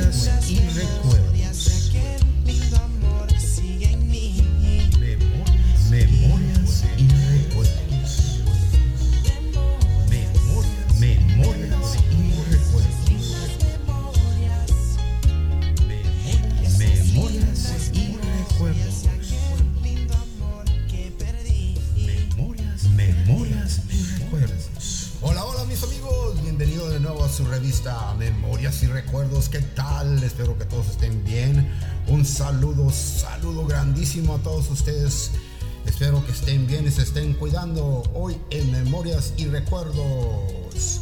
Memorias y recuerdos. Memorias y recuerdos. Memorias y recuerdos. Memorias y recuerdos. Memorias y recuerdos. Hola, hola mis amigos, bienvenidos de nuevo a su revista Memorias y Recuerdos. ¿Qué tal? Espero que todos estén bien. Un saludo grandísimo a todos ustedes. Espero que estén bien y se estén cuidando hoy en Memorias y Recuerdos.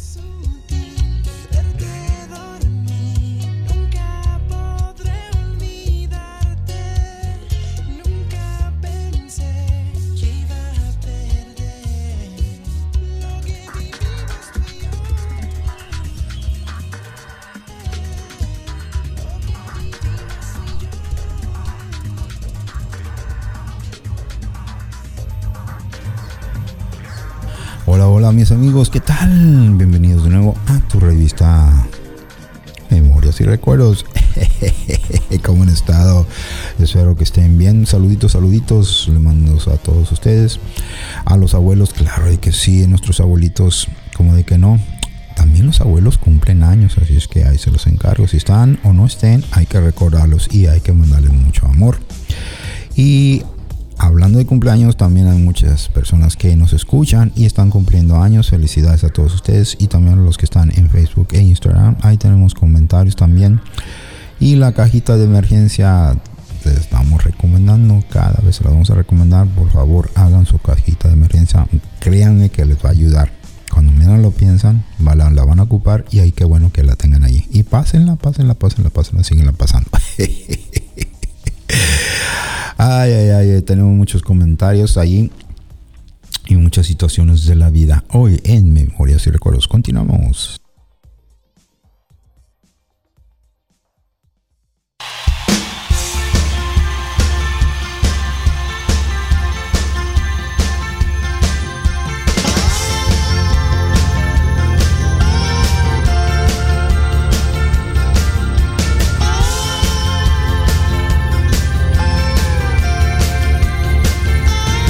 Hola mis amigos, ¿qué tal? Bienvenidos de nuevo a tu revista Memorias y Recuerdos. ¿Cómo han estado? Espero que estén bien. Saluditos, le mando a todos ustedes. A los abuelos, claro de que sí, nuestros abuelitos, como de que no. También los abuelos cumplen años, así es que ahí se los encargo. Si están o no estén, hay que recordarlos y hay que mandarles mucho amor. Y hablando de cumpleaños, también hay muchas personas que nos escuchan y están cumpliendo años. Felicidades a todos ustedes y también a los que están en Facebook e Instagram. Ahí tenemos comentarios también. Y la cajita de emergencia, les estamos recomendando, cada vez se la vamos a recomendar. Por favor, hagan su cajita de emergencia. Créanme que les va a ayudar. Cuando menos lo piensan, la van a ocupar y ahí qué bueno que la tengan allí. Y pásenla, síguenla pasando. Ay, tenemos muchos comentarios ahí y muchas situaciones de la vida hoy en Memorias y Recuerdos. Continuamos.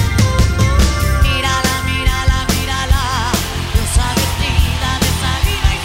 Mírala, mírala, mírala, rosa vestida de salida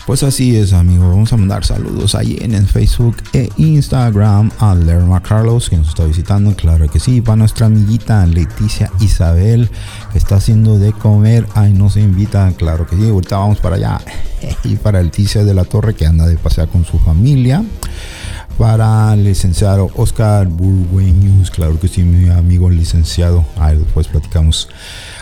Pues así es, amigos. Vamos a mandar saludos ahí en el Facebook e Instagram a Lerma Carlos, que nos está visitando, claro que sí. Para nuestra amiguita Leticia Isabel, que está haciendo de comer, ahí nos invita, claro que sí. Ahorita vamos para allá. Y para Leticia de la Torre, que anda de pasear con su familia. Para el licenciado Oscar Burgueños, claro que sí, mi amigo licenciado. Ahí después platicamos.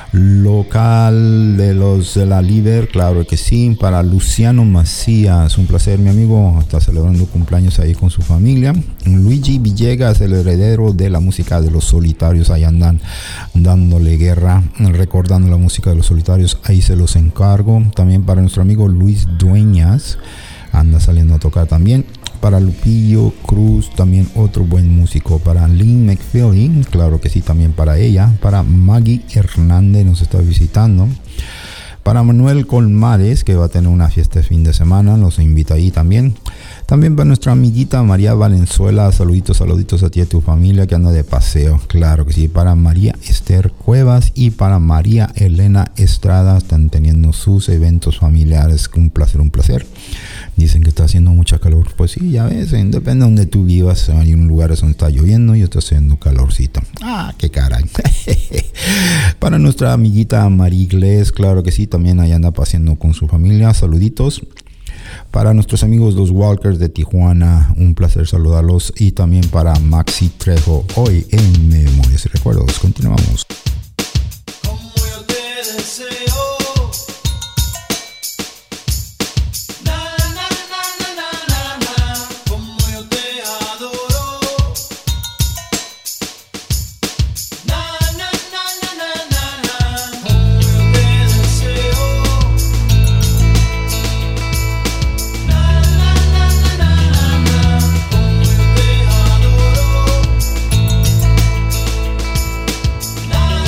Local de los de la Liber, claro que sí. Para Luciano Macías, un placer, mi amigo. Está celebrando cumpleaños ahí con su familia. Luigi Villegas, el heredero de la música de los Solitarios, ahí andan dándole guerra, recordando la música de los Solitarios, ahí se los encargo. También para nuestro amigo Luis Dueñas, anda saliendo a tocar también. Para Lupillo Cruz, también otro buen músico. Para Lynn McPhilly, claro que sí, también para ella. Para Maggie Hernández, nos está visitando. Para Manuel Colmares, que va a tener una fiesta de fin de semana, nos invita ahí también. También para nuestra amiguita María Valenzuela, saluditos a ti y a tu familia que anda de paseo, claro que sí. Para María Esther Cuevas y para María Elena Estrada, están teniendo sus eventos familiares. Un placer. Dicen que está haciendo mucha calor. Pues sí, ya ves, depende de donde tú vivas. Hay un lugar donde está lloviendo y está haciendo calorcito. Ah, qué caray. Para nuestra amiguita Marigles, claro que sí, también ahí anda paseando con su familia. Saluditos. Para nuestros amigos los Walkers de Tijuana, un placer saludarlos. Y también para Maxi Trejo, hoy en Memorias y Recuerdos. Continuamos. Como yo te deseo. Na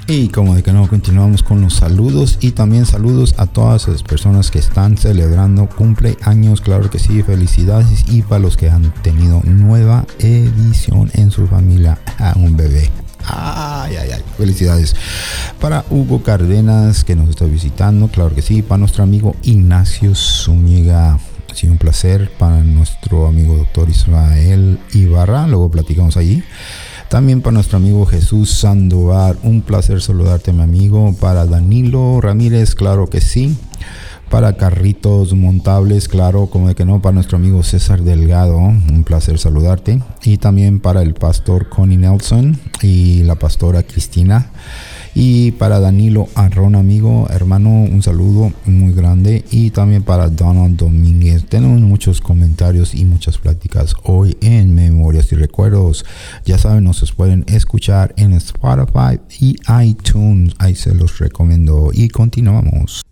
Y como de que no, continuamos con los saludos y también saludos a todas las personas que están celebrando cumpleaños, claro que sí, felicidades, y para los que han tenido nueva edición en su familia, a un bebé. Ay, felicidades para Hugo Cárdenas, que nos está visitando, claro que sí, para nuestro amigo Ignacio Zúñiga. Ha sido un placer. Para nuestro amigo doctor Israel Ibarra, luego platicamos allí. También para nuestro amigo Jesús Sandoval, un placer saludarte, mi amigo. Para Danilo Ramírez, claro que sí. Para Carritos Montables, claro, como de que no. Para nuestro amigo César Delgado, un placer saludarte. Y también para el pastor Connie Nelson y la pastora Cristina. Y para Danilo Arrón, amigo, hermano, un saludo muy grande. Y también para Donald Domínguez. Tenemos muchos comentarios y muchas pláticas hoy en Memorias y Recuerdos. Ya saben, nos pueden escuchar en Spotify y iTunes. Ahí se los recomiendo. Y continuamos.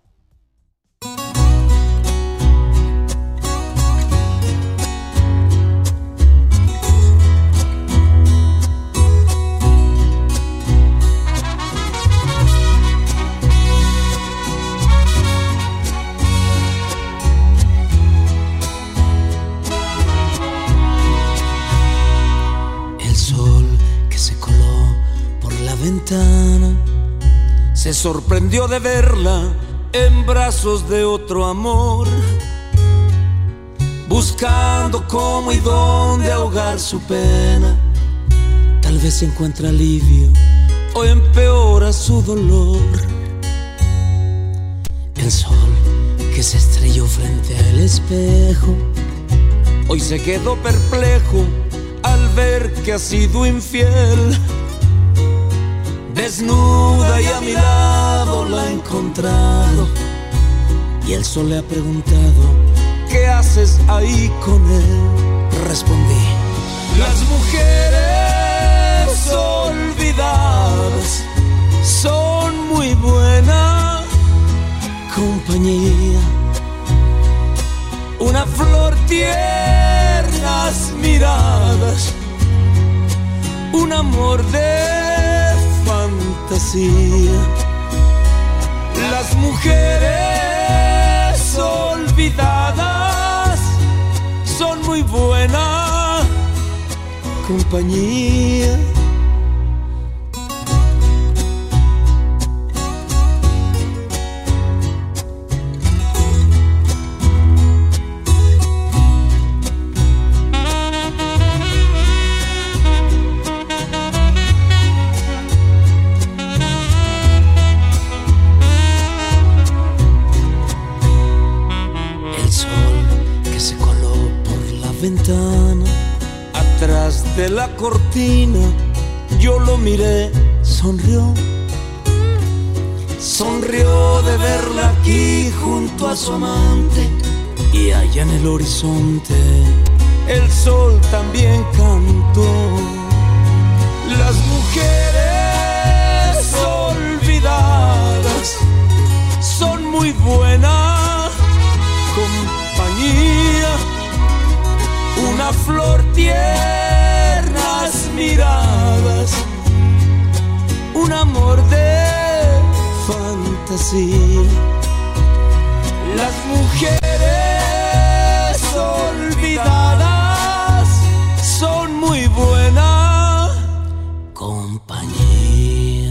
Se sorprendió de verla en brazos de otro amor, buscando cómo y dónde ahogar su pena. Tal vez encuentra alivio o empeora su dolor. El sol que se estrelló frente al espejo hoy se quedó perplejo al ver que ha sido infiel. Desnuda y a mi lado la he encontrado, y el sol le ha preguntado: ¿qué haces ahí con él? Respondí: las mujeres olvidadas son muy buena compañía. Una flor, tiernas miradas, un amor de fantasía. Las mujeres olvidadas son muy buena compañía. Atrás de la cortina yo lo miré, sonrió. Sonrió de verla aquí junto a su amante, y allá en el horizonte el sol también cantó. Las mujeres olvidadas son muy buena compañía. Una flor, tiernas miradas, un amor de fantasía. Las mujeres olvidadas son muy buena compañía.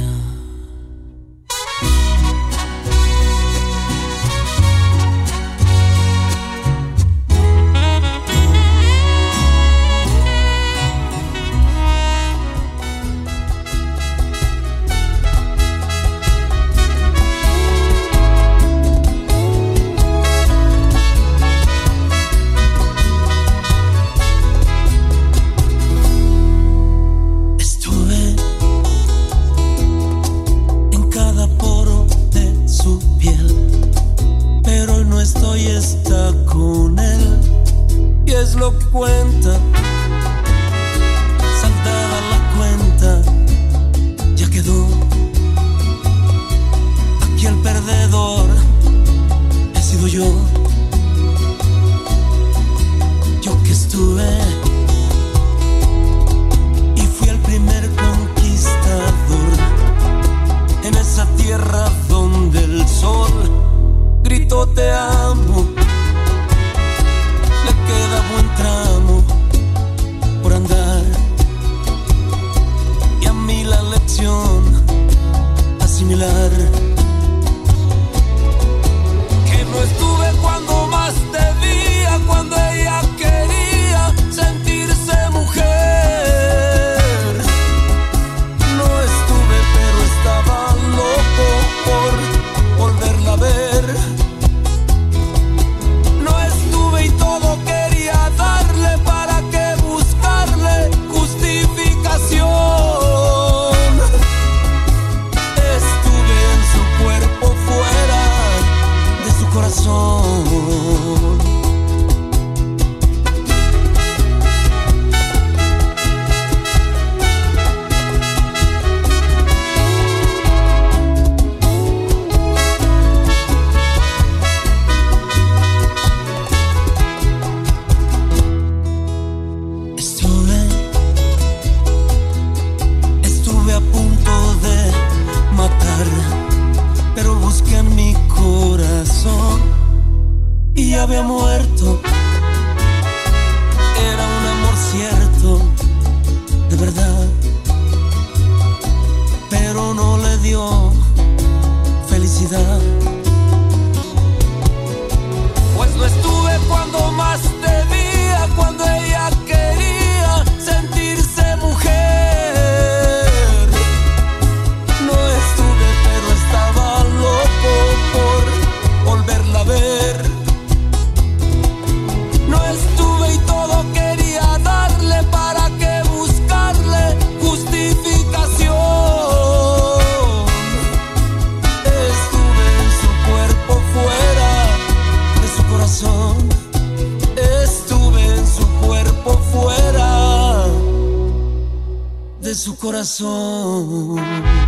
su corazón.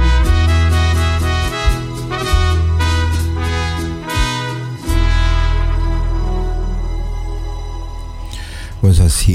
Pues así.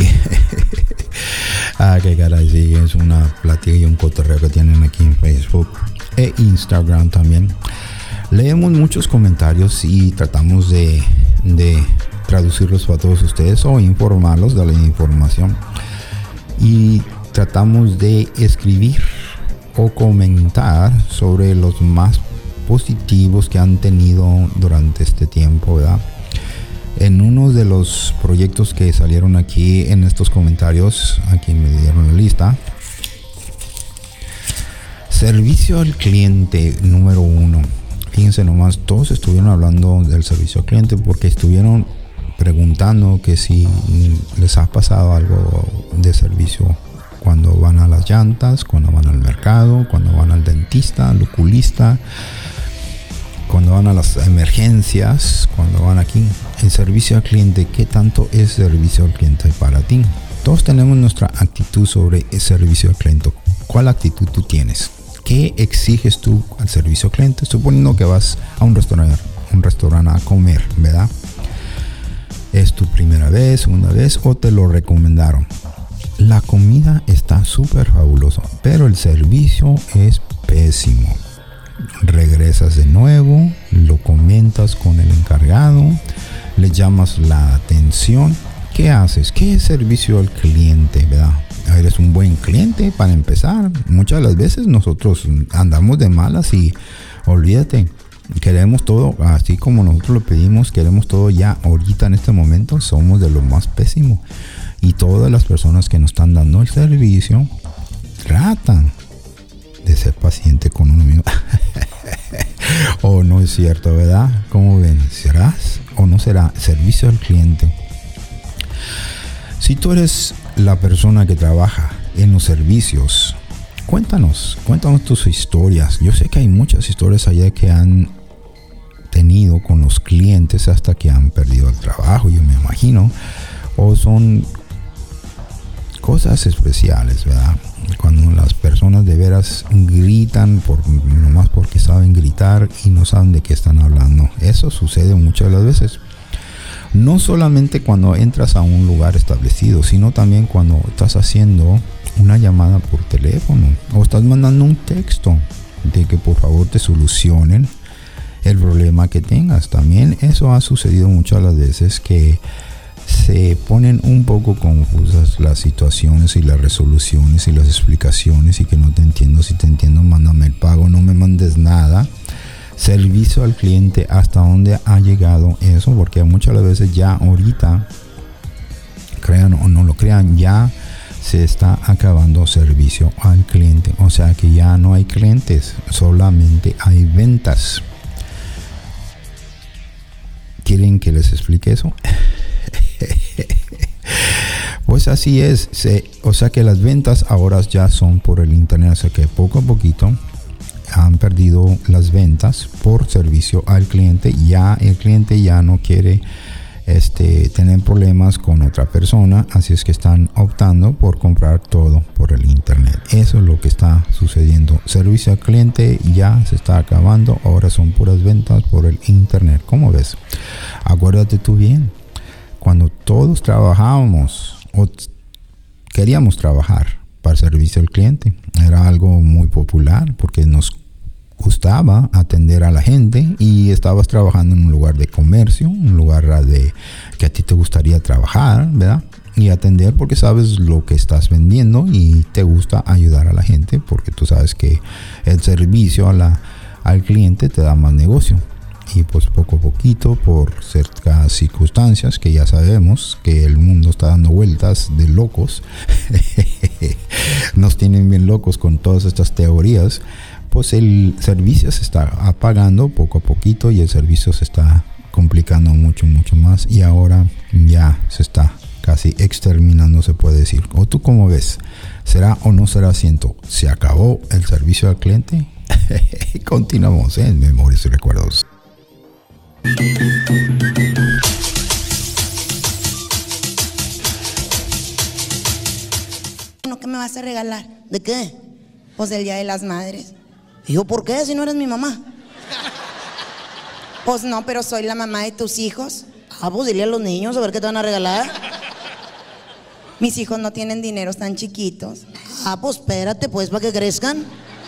Qué caray, sí, es una plática y un cotorreo que tienen aquí en Facebook e Instagram también. Leemos muchos comentarios y tratamos de traducirlos para todos ustedes o informarlos de la información. Y tratamos de escribir o comentar sobre los más positivos que han tenido durante este tiempo, ¿verdad? En uno de los proyectos que salieron aquí en estos comentarios, aquí me dieron la lista. Servicio al cliente número 1. Fíjense nomás, todos estuvieron hablando del servicio al cliente porque estuvieron preguntando que si les ha pasado algo de servicio cuando van a las llantas, cuando van al mercado, cuando van al dentista, al oculista, cuando van a las emergencias, cuando van aquí. El servicio al cliente, ¿qué tanto es servicio al cliente para ti? Todos tenemos nuestra actitud sobre el servicio al cliente. ¿Cuál actitud tú tienes? ¿Qué exiges tú al servicio al cliente? Suponiendo que vas a un restaurante a comer, ¿verdad? ¿Es tu primera vez, segunda vez o te lo recomendaron? La comida está súper fabulosa, pero el servicio es pésimo. Regresas de nuevo, lo comentas con el encargado, le llamas la atención. ¿Qué haces? ¿Qué es servicio al cliente, verdad? Eres un buen cliente para empezar. Muchas de las veces nosotros andamos de malas y olvídate, queremos todo así como nosotros lo pedimos, queremos todo ya ahorita en este momento. Somos de lo más pésimo y todas las personas que nos están dando el servicio tratan de ser paciente con uno mismo. O no es cierto, ¿verdad? ¿Cómo ven? ¿Serás o no será servicio al cliente? Si tú eres la persona que trabaja en los servicios, cuéntanos tus historias. Yo sé que hay muchas historias allá que han tenido con los clientes hasta que han perdido el trabajo, yo me imagino, o son cosas especiales, ¿verdad? Cuando las personas de veras gritan nomás porque saben gritar y no saben de qué están hablando. Eso sucede muchas de las veces. No solamente cuando entras a un lugar establecido, sino también cuando estás haciendo una llamada por teléfono o estás mandando un texto de que por favor te solucionen el problema que tengas. También eso ha sucedido muchas de las veces, que se ponen un poco confusas las situaciones y las resoluciones y las explicaciones, y que no te entiendo, si te entiendo mándame el pago, no me mandes nada. Servicio al cliente, ¿hasta dónde ha llegado eso? Porque muchas veces ya ahorita, crean o no lo crean, ya se está acabando servicio al cliente. O sea que ya no hay clientes, solamente hay ventas. ¿Quieren que les explique eso? Pues así es. O sea que las ventas ahora ya son por el internet. O sea que poco a poquito han perdido las ventas por servicio al cliente. Ya el cliente ya no quiere tener problemas con otra persona, así es que están optando por comprar todo por el internet. Eso es lo que está sucediendo. Servicio al cliente ya se está acabando, ahora son puras ventas por el internet. ¿Cómo ves? Acuérdate tú bien, cuando todos trabajábamos o queríamos trabajar para servicio al cliente, era algo muy popular porque nos gustaba atender a la gente y estabas trabajando en un lugar de comercio, un lugar de que a ti te gustaría trabajar, ¿verdad? Y atender porque sabes lo que estás vendiendo y te gusta ayudar a la gente porque tú sabes que el servicio al cliente te da más negocio. Y pues poco a poquito, por ciertas circunstancias que ya sabemos que el mundo está dando vueltas de locos, nos tienen bien locos con todas estas teorías, pues el servicio se está apagando poco a poquito y el servicio se está complicando mucho más, y ahora ya se está casi exterminando, se puede decir. ¿O tú cómo ves? ¿Será o no será cierto? ¿Se acabó el servicio al cliente? Continuamos en Memorias y Recuerdos. ¿Qué me vas a regalar? ¿De qué? Pues del Día de las Madres. Y yo, ¿por qué si no eres mi mamá? Pues no, pero soy la mamá de tus hijos. Ah, pues dile a los niños a ver qué te van a regalar. Mis hijos no tienen dinero, están chiquitos. Ah, pues espérate, pues, para que crezcan.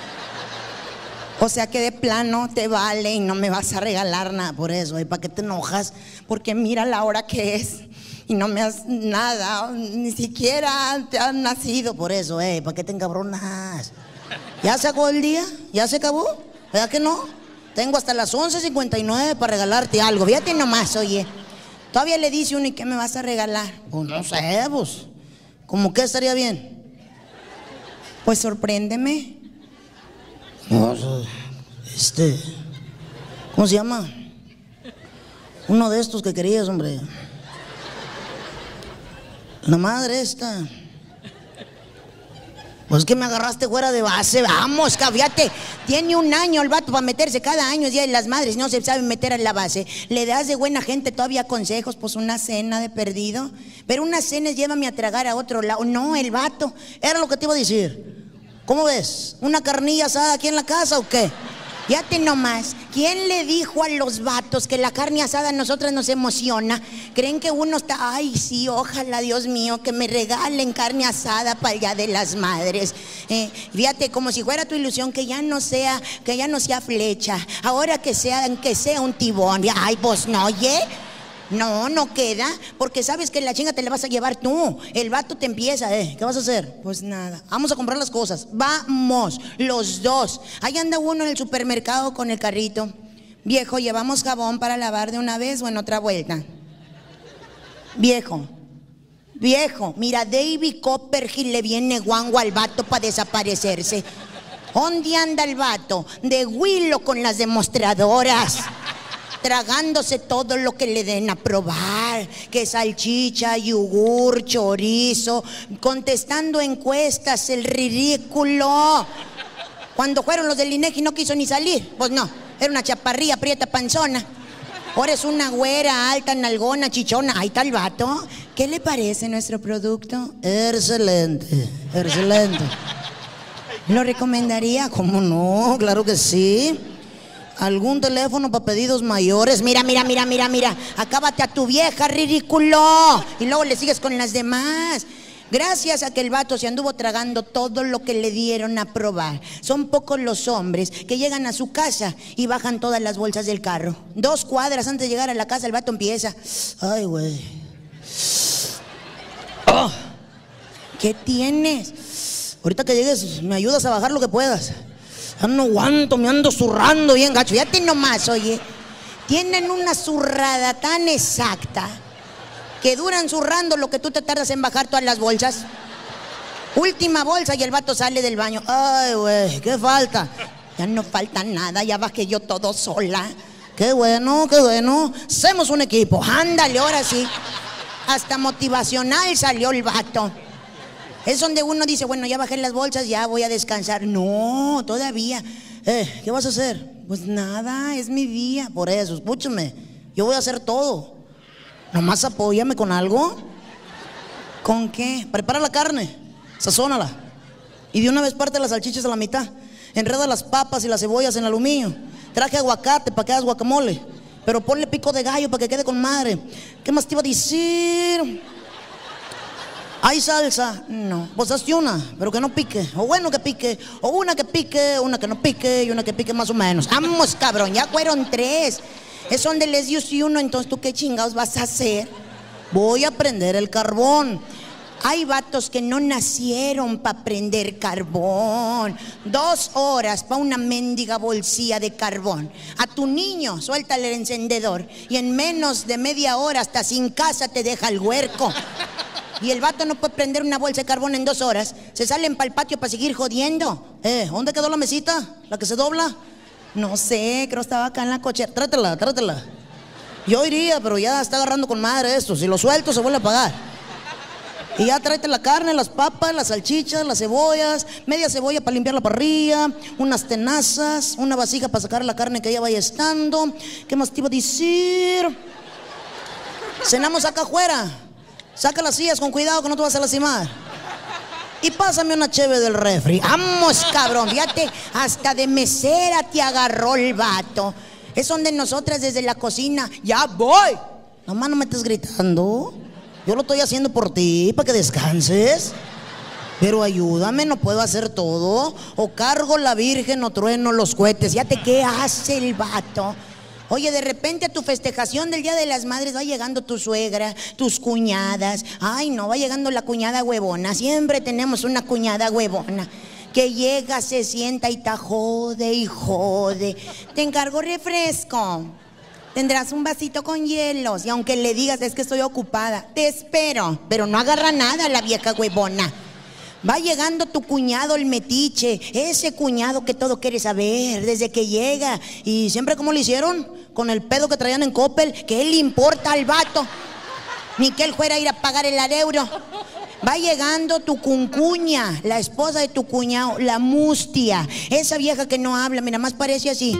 O sea que de plano te vale y no me vas a regalar nada por eso. ¿Y para qué te enojas? Porque mira la hora que es y no me has nada, ni siquiera te has nacido por eso, ¿para qué te encabronas? ¿Ya se acabó el día? ¿Ya se acabó? ¿Verdad que no? Tengo hasta las 11:59 para regalarte algo. Fíjate nomás, oye. Todavía le dice uno, ¿y qué me vas a regalar? Pues no sé, pues. ¿Cómo qué estaría bien? Pues sorpréndeme. No, ¿cómo se llama? Uno de estos que querías, hombre. La madre esta. Pues que me agarraste fuera de base. Vamos, fíjate. Tiene un año el vato para meterse. Cada año es Día de las Madres. No se sabe meter en la base. Le das de buena gente todavía consejos. Pues una cena de perdido. Pero una cena es llévame a tragar a otro lado. No, el vato. Era lo que te iba a decir. ¿Cómo ves? ¿Una carnilla asada aquí en la casa o qué? Fíjate nomás, ¿quién le dijo a los vatos que la carne asada a nosotras nos emociona? ¿Creen que uno está, ay sí, ojalá Dios mío que me regalen carne asada para el Día de las Madres? Fíjate, como si fuera tu ilusión que ya no sea flecha, ahora que sea un tibón. Ay, pues no, oye. No queda, porque sabes que la chinga te la vas a llevar tú. El vato te empieza, ¿qué vas a hacer? Pues nada, vamos a comprar las cosas. Vamos, los dos. Ahí anda uno en el supermercado con el carrito. Viejo, ¿llevamos jabón para lavar de una vez o en otra vuelta? Viejo, mira, David Copperfield le viene guango al vato para desaparecerse. ¿Dónde anda el vato? De Willow con las demostradoras, tragándose todo lo que le den a probar, que salchicha, yogur, chorizo, contestando encuestas, el ridículo. Cuando fueron los del INEGI no quiso ni salir, pues no, era una chaparrilla, prieta, panzona. Ahora es una güera, alta, nalgona, chichona. Ahí está el vato. ¿Qué le parece nuestro producto? Excelente. ¿Lo recomendaría? ¿Cómo no? Claro que sí. ¿Algún teléfono para pedidos mayores? Mira. Acábate a tu vieja, ridículo. Y luego le sigues con las demás. Gracias a que el vato se anduvo tragando todo lo que le dieron a probar. Son pocos los hombres que llegan a su casa y bajan todas las bolsas del carro. 2 cuadras antes de llegar a la casa el vato empieza. Ay, güey. Oh, ¿qué tienes? Ahorita que llegues me ayudas a bajar lo que puedas. Ya no aguanto, me ando zurrando bien gacho. Fíjate nomás, oye. Tienen una zurrada tan exacta que duran zurrando lo que tú te tardas en bajar todas las bolsas. Última bolsa y el vato sale del baño. Ay, güey, ¿qué falta? Ya no falta nada, ya bajé yo todo sola. Qué bueno. Hacemos un equipo. Ándale, ahora sí. Hasta motivacional salió el vato. Es donde uno dice, bueno, ya bajé las bolsas, ya voy a descansar. No, todavía. ¿Qué vas a hacer? Pues nada, es mi día. Por eso, escúchame, yo voy a hacer todo. Nomás apóyame con algo. ¿Con qué? Prepara la carne, sazónala. Y de una vez parte las salchichas a la mitad. Enreda las papas y las cebollas en aluminio. Traje aguacate para que hagas guacamole. Pero ponle pico de gallo para que quede con madre. ¿Qué más te iba a decir? ¿Hay salsa? No. Pues hazte una, pero que no pique. O bueno que pique. O una que pique, una que no pique y una que pique más o menos. Vamos, cabrón, ya fueron 3. Es donde les dio si uno, entonces ¿tú qué chingados vas a hacer? Voy a prender el carbón. Hay vatos que no nacieron para prender carbón. 2 horas para una mendiga bolsilla de carbón. A tu niño, suéltale el encendedor y en menos de media hora hasta sin casa te deja el huerco. Y el vato no puede prender una bolsa de carbón en 2 horas. Se salen para el patio para seguir jodiendo. ¿Dónde quedó la mesita? ¿La que se dobla? No sé, creo que estaba acá en la cochera. Trátela. Yo iría, pero ya está agarrando con madre esto. Si lo suelto se vuelve a pagar. Y ya tráete la carne, las papas, las salchichas, las cebollas, media cebolla para limpiar la parrilla, unas tenazas, una vasija para sacar la carne que ya vaya estando. ¿Qué más te iba a decir? Cenamos acá afuera. Saca las sillas con cuidado que no te vas a lastimar. Y pásame una cheve del refri. Vamos, cabrón, fíjate, hasta de mesera te agarró el vato. Es donde nosotras desde la cocina, ya voy. Nomás no me estés gritando. Yo lo estoy haciendo por ti, para que descanses. Pero ayúdame, no puedo hacer todo. O cargo la virgen o trueno los cohetes. Fíjate qué hace el vato. Oye, de repente a tu festejación del Día de las Madres va llegando tu suegra, tus cuñadas. Ay, no, va llegando la cuñada huevona. Siempre tenemos una cuñada huevona que llega, se sienta y te jode y jode. Te encargo refresco. Tendrás un vasito con hielos. Y aunque le digas, es que estoy ocupada, te espero. Pero no agarra nada la vieja huevona. Va llegando tu cuñado el metiche, ese cuñado que todo quiere saber desde que llega. Y siempre, ¿cómo le hicieron? Con el pedo que traían en Coppel, que él le importa al vato. Ni que él fuera a ir a pagar el areuro. Va llegando tu cuncuña, la esposa de tu cuñado, la mustia. Esa vieja que no habla, mira, más parece así.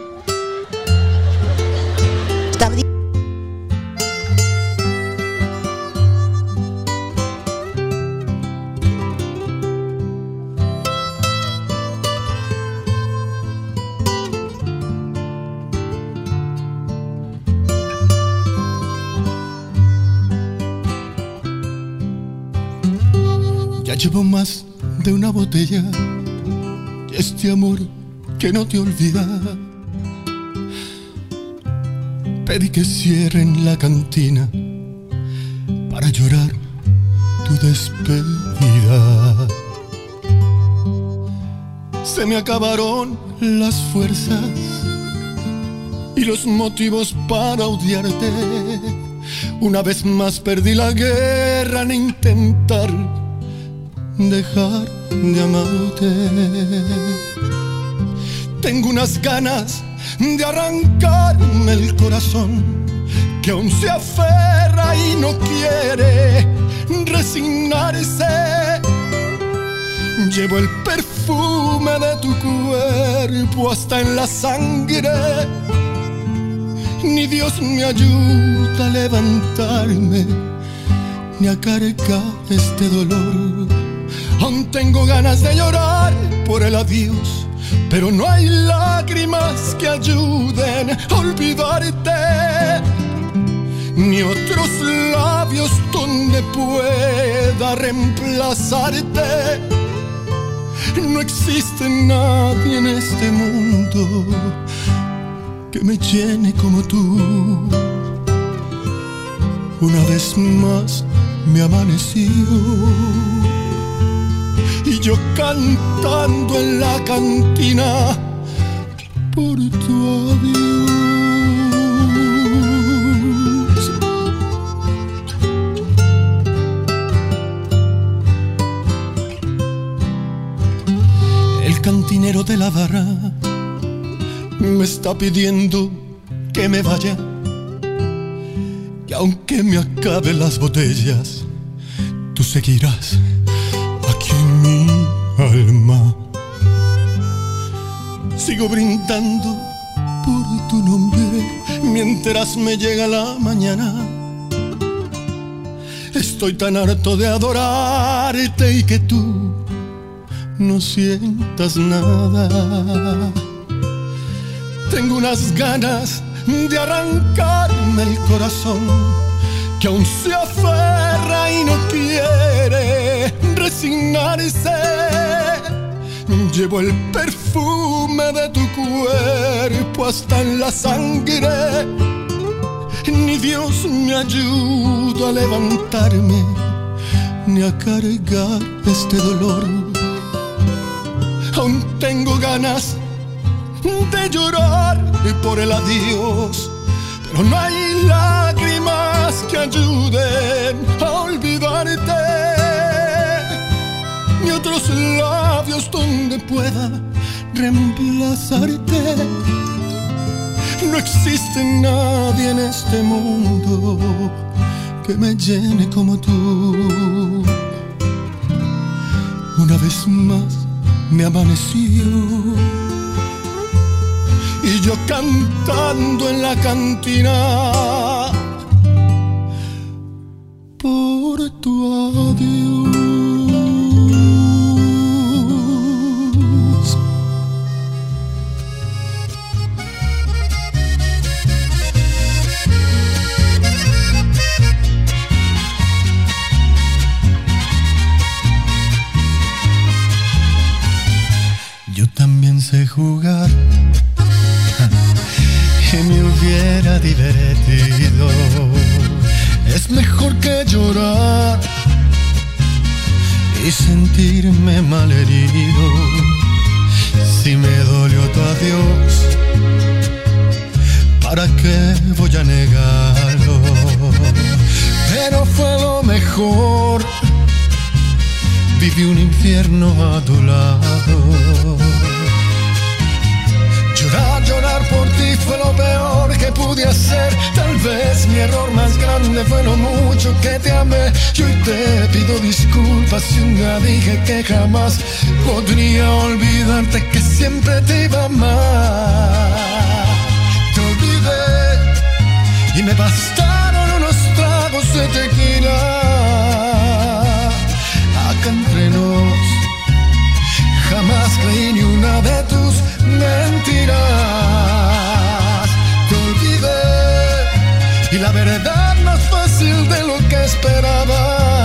Ya llevo más de una botella y este amor que no te olvida. Pedí que cierren la cantina para llorar tu despedida. Se me acabaron las fuerzas y los motivos para odiarte. Una vez más perdí la guerra en intentar dejar de amarte. Tengo unas ganas de arrancarme el corazón que aún se aferra y no quiere resignarse. Llevo el perfume de tu cuerpo hasta en la sangre. Ni Dios me ayuda a levantarme ni a cargar este dolor. Aún tengo ganas de llorar por el adiós, pero no hay lágrimas que ayuden a olvidarte, ni otros labios donde pueda reemplazarte. No existe nadie en este mundo que me llene como tú. Una vez más me amaneció y yo cantando en la cantina por tu adiós. El cantinero de la barra me está pidiendo que me vaya, y aunque me acaben las botellas, tú seguirás aquí en mi alma. Sigo brindando por tu nombre mientras me llega la mañana. Estoy tan harto de adorarte y que tú no sientas nada. Tengo unas ganas de arrancarme el corazón que aún se aferra y no quiere resignarse. Llevo el perfume de tu cuerpo hasta en la sangre. Ni Dios me ayuda a levantarme ni a cargar este dolor. Aún tengo ganas de llorar por el adiós, pero no hay lágrimas que ayuden a olvidarte, ni otros labios donde pueda reemplazarte. No existe nadie en este mundo que me llene como tú. Una vez más me amaneció y yo cantando en la cantina por tu adiós. jugar y me hubiera divertido. Es mejor que llorar y sentirme malherido. Si me dolió tu adiós, ¿para qué voy a negarlo? Pero fue lo mejor. Viví un infierno a tu lado. Llorar por ti fue lo peor que pude hacer. Tal vez mi error más grande fue lo mucho que te amé. Y hoy te pido disculpas si un día dije que jamás podría olvidarte, que siempre te iba a amar. Te olvidé y me bastaron unos tragos de tequila. Acá entre nos, jamás creí ni una de tus mentiras. Te olvidé y la verdad más fácil de lo que esperaba.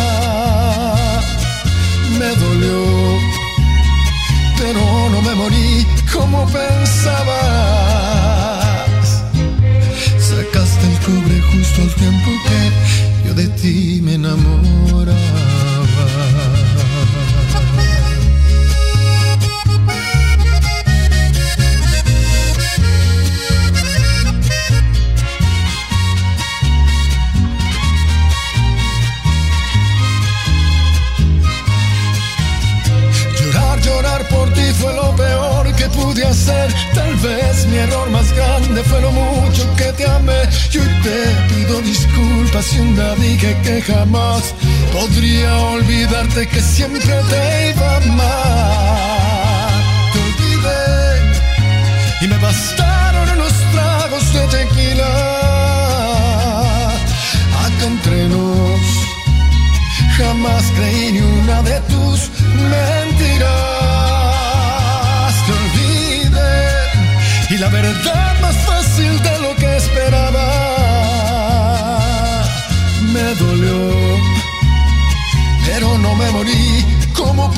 Me dolió, pero no me morí como pensabas. Sacaste el cobre justo al tiempo que yo de ti me enamoraba. Por ti fue lo peor que pude hacer. Tal vez mi error más grande fue lo mucho que te amé. Y hoy te pido disculpas si un día dije que jamás podría olvidarte, que siempre te iba a amar. Te olvidé y me bastaron unos tragos de tequila. Acá entre nos, jamás creí ni una de tus mentiras. Te olvidé y la verdad más fácil de lo que esperaba. Me dolió, pero no me morí como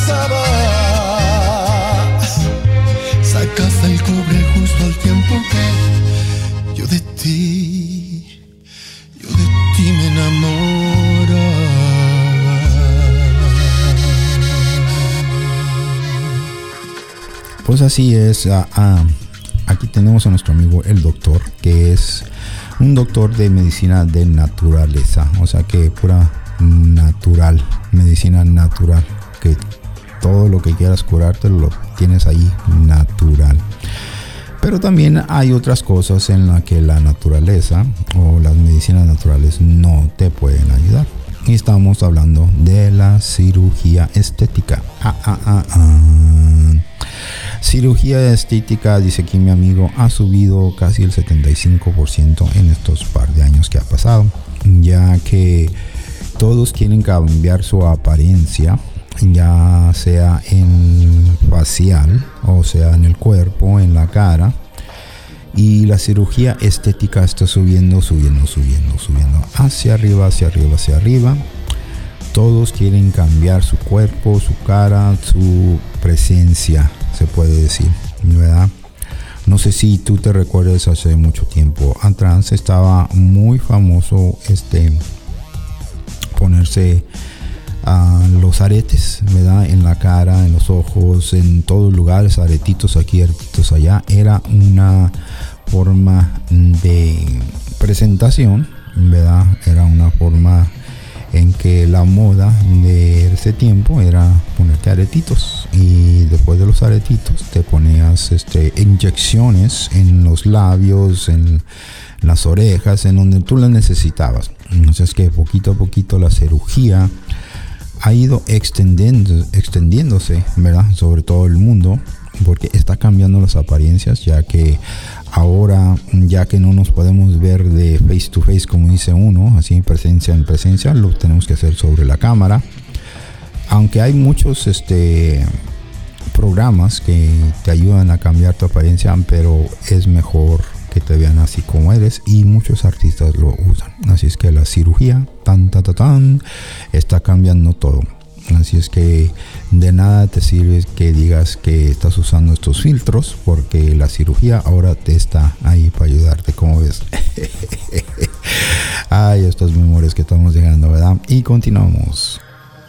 pensabas. Sacaste el cobre justo al tiempo que yo de ti me enamoraba. Pues así es. Aquí tenemos a nuestro amigo el doctor, que es un doctor de medicina de naturaleza, o sea que pura natural, medicina natural, que todo lo que quieras curarte lo tienes ahí natural. Pero también hay otras cosas en las que la naturaleza o las medicinas naturales no te pueden ayudar. Y estamos hablando de la cirugía estética. Cirugía estética, dice aquí mi amigo, ha subido casi el 75% en estos par de años que ha pasado, ya que todos quieren cambiar su apariencia, ya sea en facial, o sea en el cuerpo, en la cara. Y la cirugía estética está subiendo hacia arriba. Todos quieren cambiar su cuerpo, su cara, su presencia, se puede decir, ¿verdad? No sé si tú te recuerdas, hace mucho tiempo atrás estaba muy famoso ponerse los aretes, ¿verdad? En la cara, en los ojos, en todos lugares, aretitos aquí, aretitos allá. Era una forma de presentación, ¿verdad? Era una forma en que la moda de ese tiempo era ponerte aretitos, y después de los aretitos te ponías inyecciones en los labios, en las orejas, en donde tú las necesitabas. Entonces que poquito a poquito la cirugía ha ido extendiéndose, ¿verdad? Sobre todo el mundo, porque está cambiando las apariencias, ya que ahora, ya que no nos podemos ver de face to face, como dice uno, así presencia en presencia, lo tenemos que hacer sobre la cámara. Aunque hay muchos programas que te ayudan a cambiar tu apariencia, pero es mejor que te vean así como eres, y muchos artistas lo usan. Así es que la cirugía está cambiando todo. Así es que de nada te sirve que digas que estás usando estos filtros, porque la cirugía ahora te está ahí para ayudarte, como ves. Ay, estas memorias que estamos llegando, ¿verdad? Y continuamos.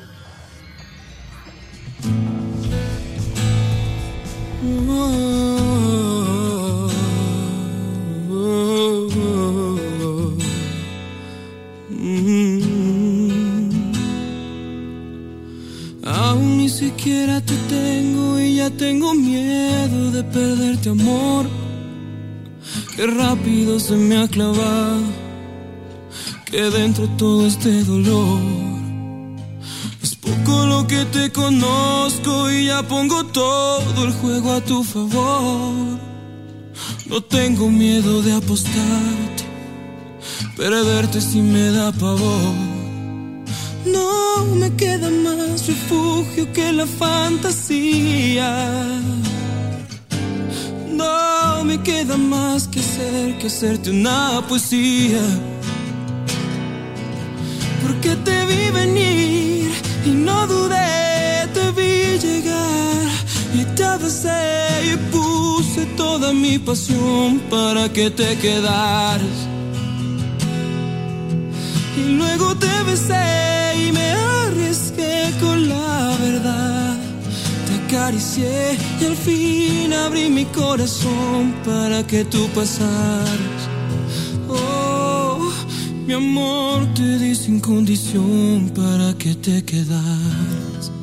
Aún ni siquiera te tengo y ya tengo miedo de perderte, amor. Qué rápido se me ha clavado que dentro todo este dolor. Es poco lo que te conozco y ya pongo todo el juego a tu favor. No tengo miedo de apostarte, perderte si me da pavor. No me queda más refugio que la fantasía. No me queda más que hacerte una poesía. Porque te vi venir y no dudé, te vi llegar y te abracé y puse toda mi pasión para que te quedaras. Y luego te besé y me arriesgué con la verdad. Te acaricié y al fin abrí mi corazón para que tú pasaras. Oh, mi amor, te di sin condición para que te quedaras.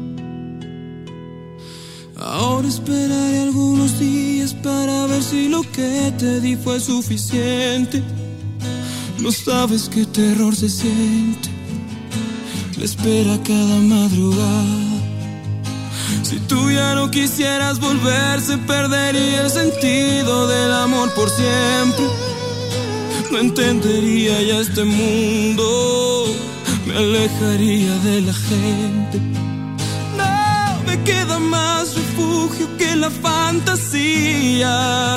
Ahora esperaré algunos días para ver si lo que te di fue suficiente. No sabes qué terror se siente la espera cada madrugada. Si tú ya no quisieras volver, se perdería el sentido del amor por siempre. No entendería ya este mundo, me alejaría de la gente. No me queda más refugio que la fantasía.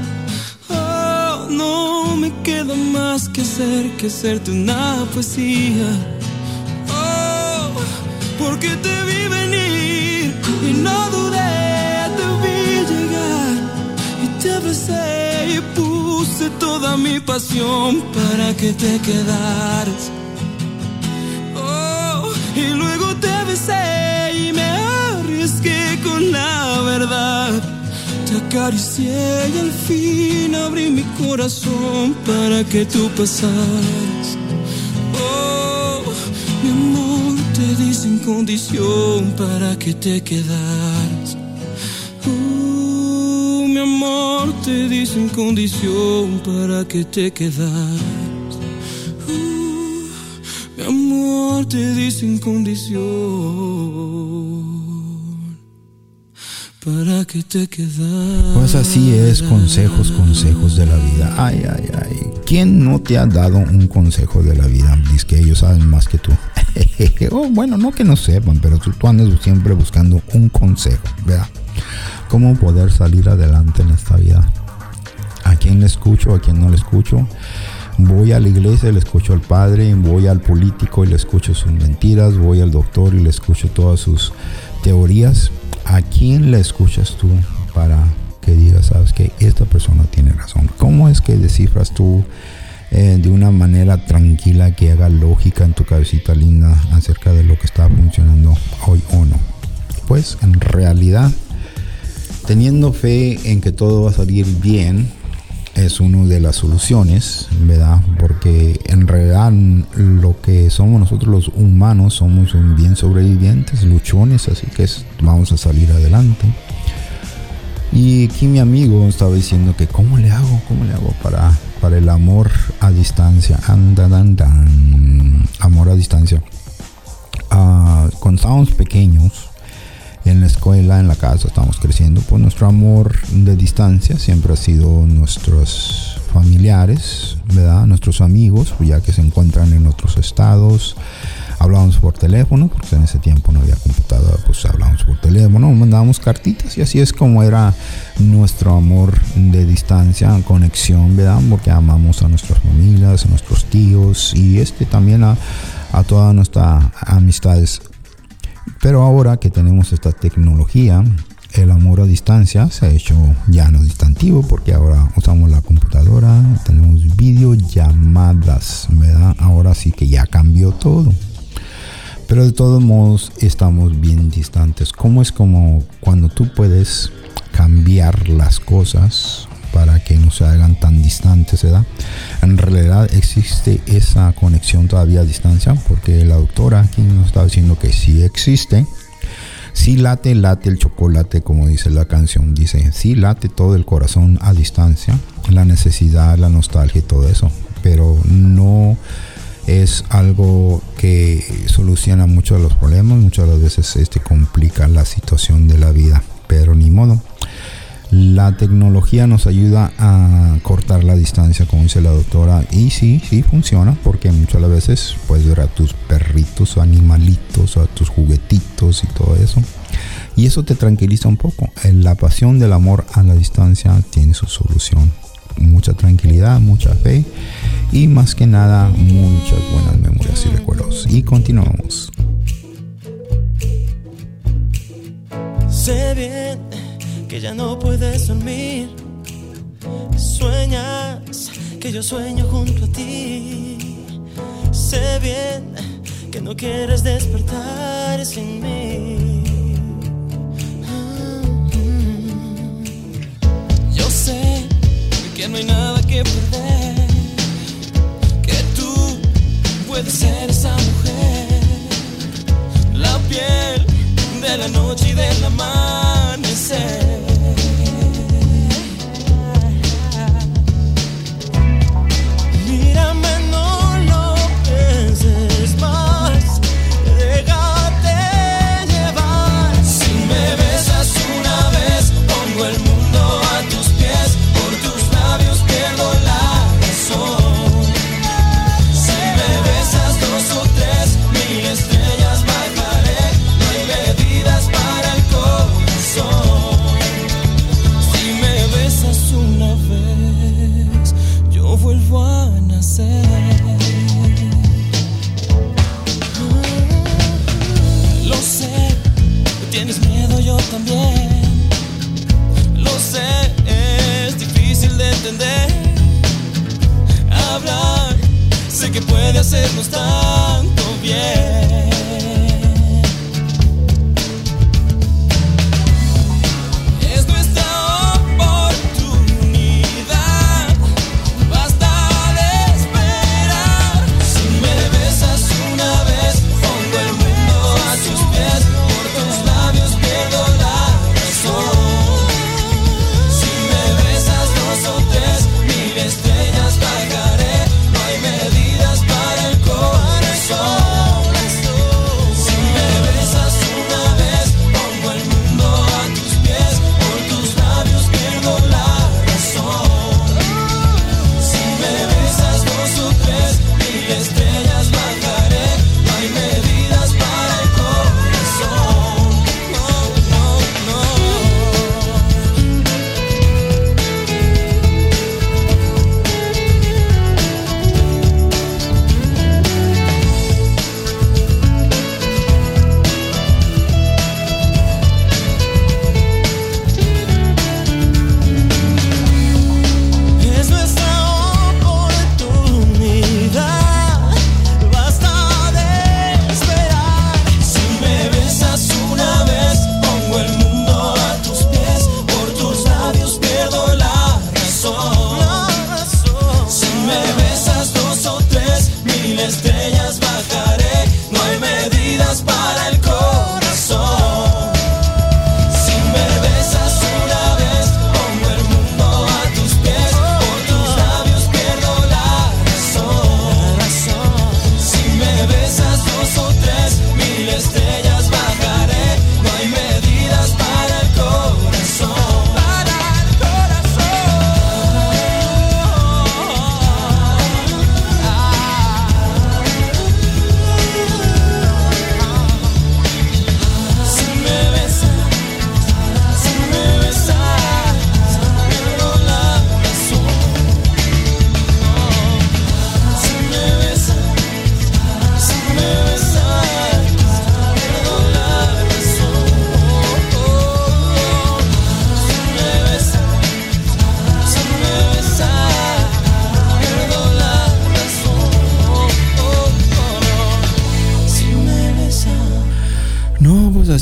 No me queda más que hacerte una poesía. Oh, porque te vi venir y no dudé, te vi llegar y te abracé y puse toda mi pasión para que te quedaras. Oh, y luego te besé y me arriesgué con la verdad. Te acaricié y al fin abrí mi corazón para que tú pasaras. Oh, mi amor, te di sin condición para que te quedaras. Mi amor, te di sin condición para que te quedaras. Mi amor, te di sin condición para que te quedas. Pues así es, consejos de la vida. Ay, ay, ay. ¿Quién no te ha dado un consejo de la vida? Dice que ellos saben más que tú. Oh, bueno, no que no sepan, pero tú andas siempre buscando un consejo, ¿verdad? Cómo poder salir adelante en esta vida. ¿A quién le escucho? ¿A quién no le escucho? Voy a la iglesia y le escucho al padre, voy al político y le escucho sus mentiras, voy al doctor y le escucho todas sus teorías. ¿A quién le escuchas tú para que digas, sabes que esta persona tiene razón? ¿Cómo es que descifras tú de una manera tranquila que haga lógica en tu cabecita linda acerca de lo que está funcionando hoy o no? Pues en realidad, teniendo fe en que todo va a salir bien, es una de las soluciones, ¿verdad? Porque en realidad lo que somos nosotros los humanos somos bien sobrevivientes, luchones, así que vamos a salir adelante. Y aquí mi amigo estaba diciendo que ¿cómo le hago para el amor a distancia? Amor a distancia. Cuando estábamos pequeños, en la escuela, en la casa, estamos creciendo, pues nuestro amor de distancia siempre ha sido nuestros familiares, ¿verdad? Nuestros amigos, pues ya que se encuentran en otros estados. Hablábamos por teléfono, porque en ese tiempo no había computadora, pues hablábamos por teléfono, mandábamos cartitas y así es como era nuestro amor de distancia, conexión, ¿verdad? Porque amamos a nuestras familias, a nuestros tíos y también a todas nuestras amistades. Pero ahora que tenemos esta tecnología, el amor a distancia se ha hecho ya no distantivo, porque ahora usamos la computadora, tenemos videollamadas, ¿verdad? Ahora sí que ya cambió todo. Pero de todos modos estamos bien distantes. ¿Cómo es como cuando tú puedes cambiar las cosas para que no se hagan tan distantes, ¿verdad? En realidad existe esa conexión todavía a distancia, porque la doctora aquí nos está diciendo que sí existe. Sí late el chocolate, como dice la canción. Dice, sí late todo el corazón a distancia, la necesidad, la nostalgia y todo eso. Pero no es algo que soluciona muchos de los problemas. Muchas de las veces complica la situación de la vida, pero ni modo. La tecnología nos ayuda a cortar la distancia, como dice la doctora, y sí funciona, porque muchas veces puedes ver a tus perritos o animalitos, a tus juguetitos y todo eso, y eso te tranquiliza un poco. La pasión del amor a la distancia tiene su solución. Mucha tranquilidad, mucha fe y más que nada muchas buenas memorias y recuerdos. Y continuamos. Sé bien que ya no puedes dormir, sueñas que yo sueño junto a ti. Sé bien que no quieres despertar sin mí. Yo sé que no hay nada que perder, que tú puedes ser esa mujer, la piel de la noche y del amanecer. Mírame, no lo pienses más, déjate llevar. Si me besas una vez, pongo el mundo a tus pies, por tus labios pierdo la razón. Si me besas dos o tres, 1000 estrellas bajaré, no hay medidas para el corazón. Si me besas una vez, yo vuelvo a nacer. Lo sé, tienes miedo, yo también. Lo sé, es difícil de entender. Hablar, sé que puede hacernos tanto bien. Es nuestra oportunidad, basta de esperar. Si me besas una vez, pongo el mundo a tus pies, por tus labios pierdo la razón. Si me besas dos o tres, 1000 estrellas bajaré, no hay medidas para el corazón.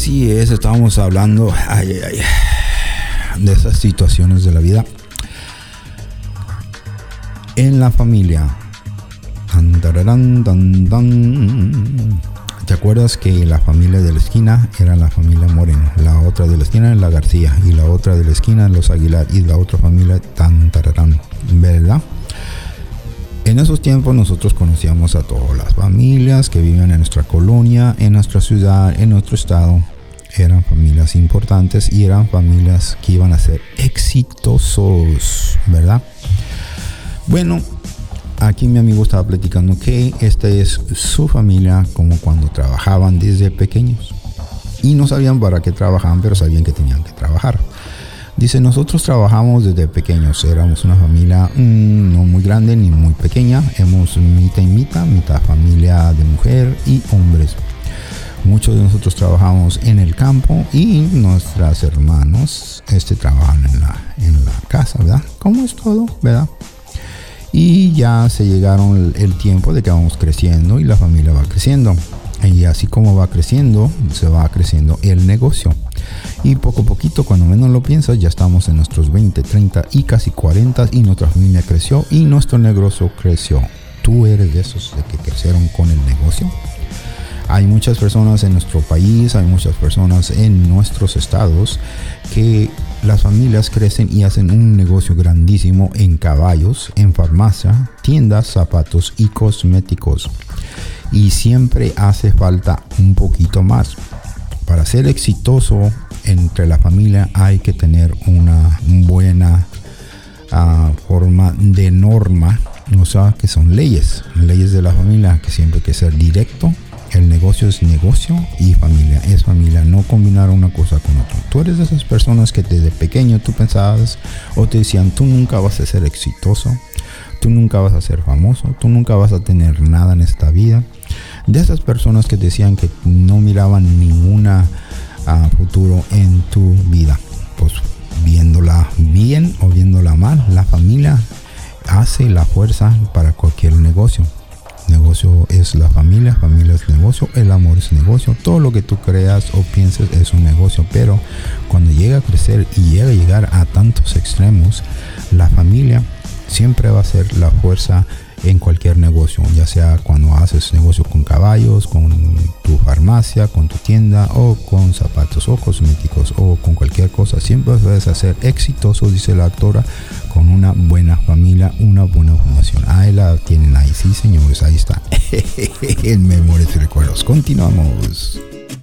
Así es, estábamos hablando de esas situaciones de la vida en la familia. ¿Te acuerdas que la familia de la esquina era la familia Moreno? La otra de la esquina era la García, y la otra de la esquina los Aguilar, y la otra familia ¿verdad? En esos tiempos nosotros conocíamos a todas las familias que vivían en nuestra colonia, en nuestra ciudad, en nuestro estado. Eran familias importantes y eran familias que iban a ser exitosos, ¿verdad? Bueno, aquí mi amigo estaba platicando que esta es su familia como cuando trabajaban desde pequeños. Y no sabían para qué trabajaban, pero sabían que tenían que trabajar. Dice, nosotros trabajamos desde pequeños, éramos una familia no muy grande ni muy pequeña, éramos mitad y mitad familia de mujer y hombres. Muchos de nosotros trabajamos en el campo y nuestras hermanos trabajan en la casa, ¿verdad? ¿Cómo es todo, verdad? Y ya se llegaron el tiempo de que vamos creciendo y la familia va creciendo. Y así como va creciendo, se va creciendo el negocio. Y poco a poquito, cuando menos lo piensas, ya estamos en nuestros 20, 30 y casi 40 y nuestra familia creció y nuestro negocio creció. ¿Tú eres de esos de que crecieron con el negocio? Hay muchas personas en nuestro país, hay muchas personas en nuestros estados que las familias crecen y hacen un negocio grandísimo en caballos, en farmacia, tiendas, zapatos y cosméticos. Y siempre hace falta un poquito más. Para ser exitoso entre la familia hay que tener una buena forma de norma, o sea, que son leyes de la familia, que siempre hay que ser directo. El negocio es negocio y familia es familia, no combinar una cosa con otra. Tú eres de esas personas que desde pequeño tú pensabas o te decían, tú nunca vas a ser exitoso, tú nunca vas a ser famoso, tú nunca vas a tener nada en esta vida. De esas personas que decían que no miraban ninguna futuro en tu vida, pues viéndola bien o viéndola mal, la familia hace la fuerza para cualquier negocio. Negocio es la familia, familia es negocio, el amor es negocio, todo lo que tú creas o pienses es un negocio, pero cuando llega a crecer y llega a llegar a tantos extremos, la familia siempre va a ser la fuerza en cualquier negocio, ya sea cuando haces negocio con caballos, con tu farmacia, con tu tienda o con zapatos o cosméticos o con cualquier cosa, siempre vas a ser exitoso, dice la autora, con una buena familia, una buena fundación. Ahí la tienen ahí, sí señores, ahí está. En Memorias y Recuerdos, continuamos.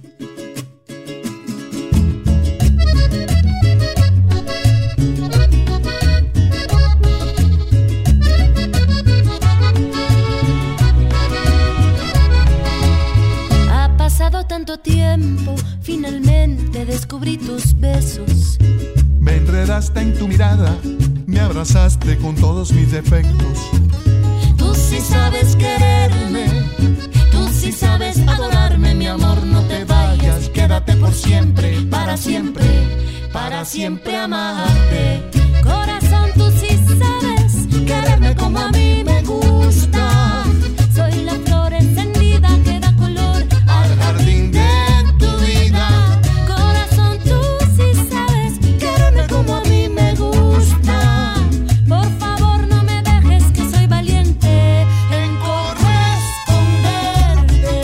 Tanto tiempo, finalmente descubrí tus besos. Me enredaste en tu mirada, me abrazaste con todos mis defectos. Tú sí sabes quererme, tú sí sabes adorarme, mi amor, no te vayas, quédate por siempre, para siempre amarte. Corazón, tú sí sabes quererme como a mí me gusta. Soy la flor encendida que da color al jardín de tu vida. Corazón, tú sí sabes quererme como a mí me gusta. Por favor, no me dejes, que soy valiente en corresponderte.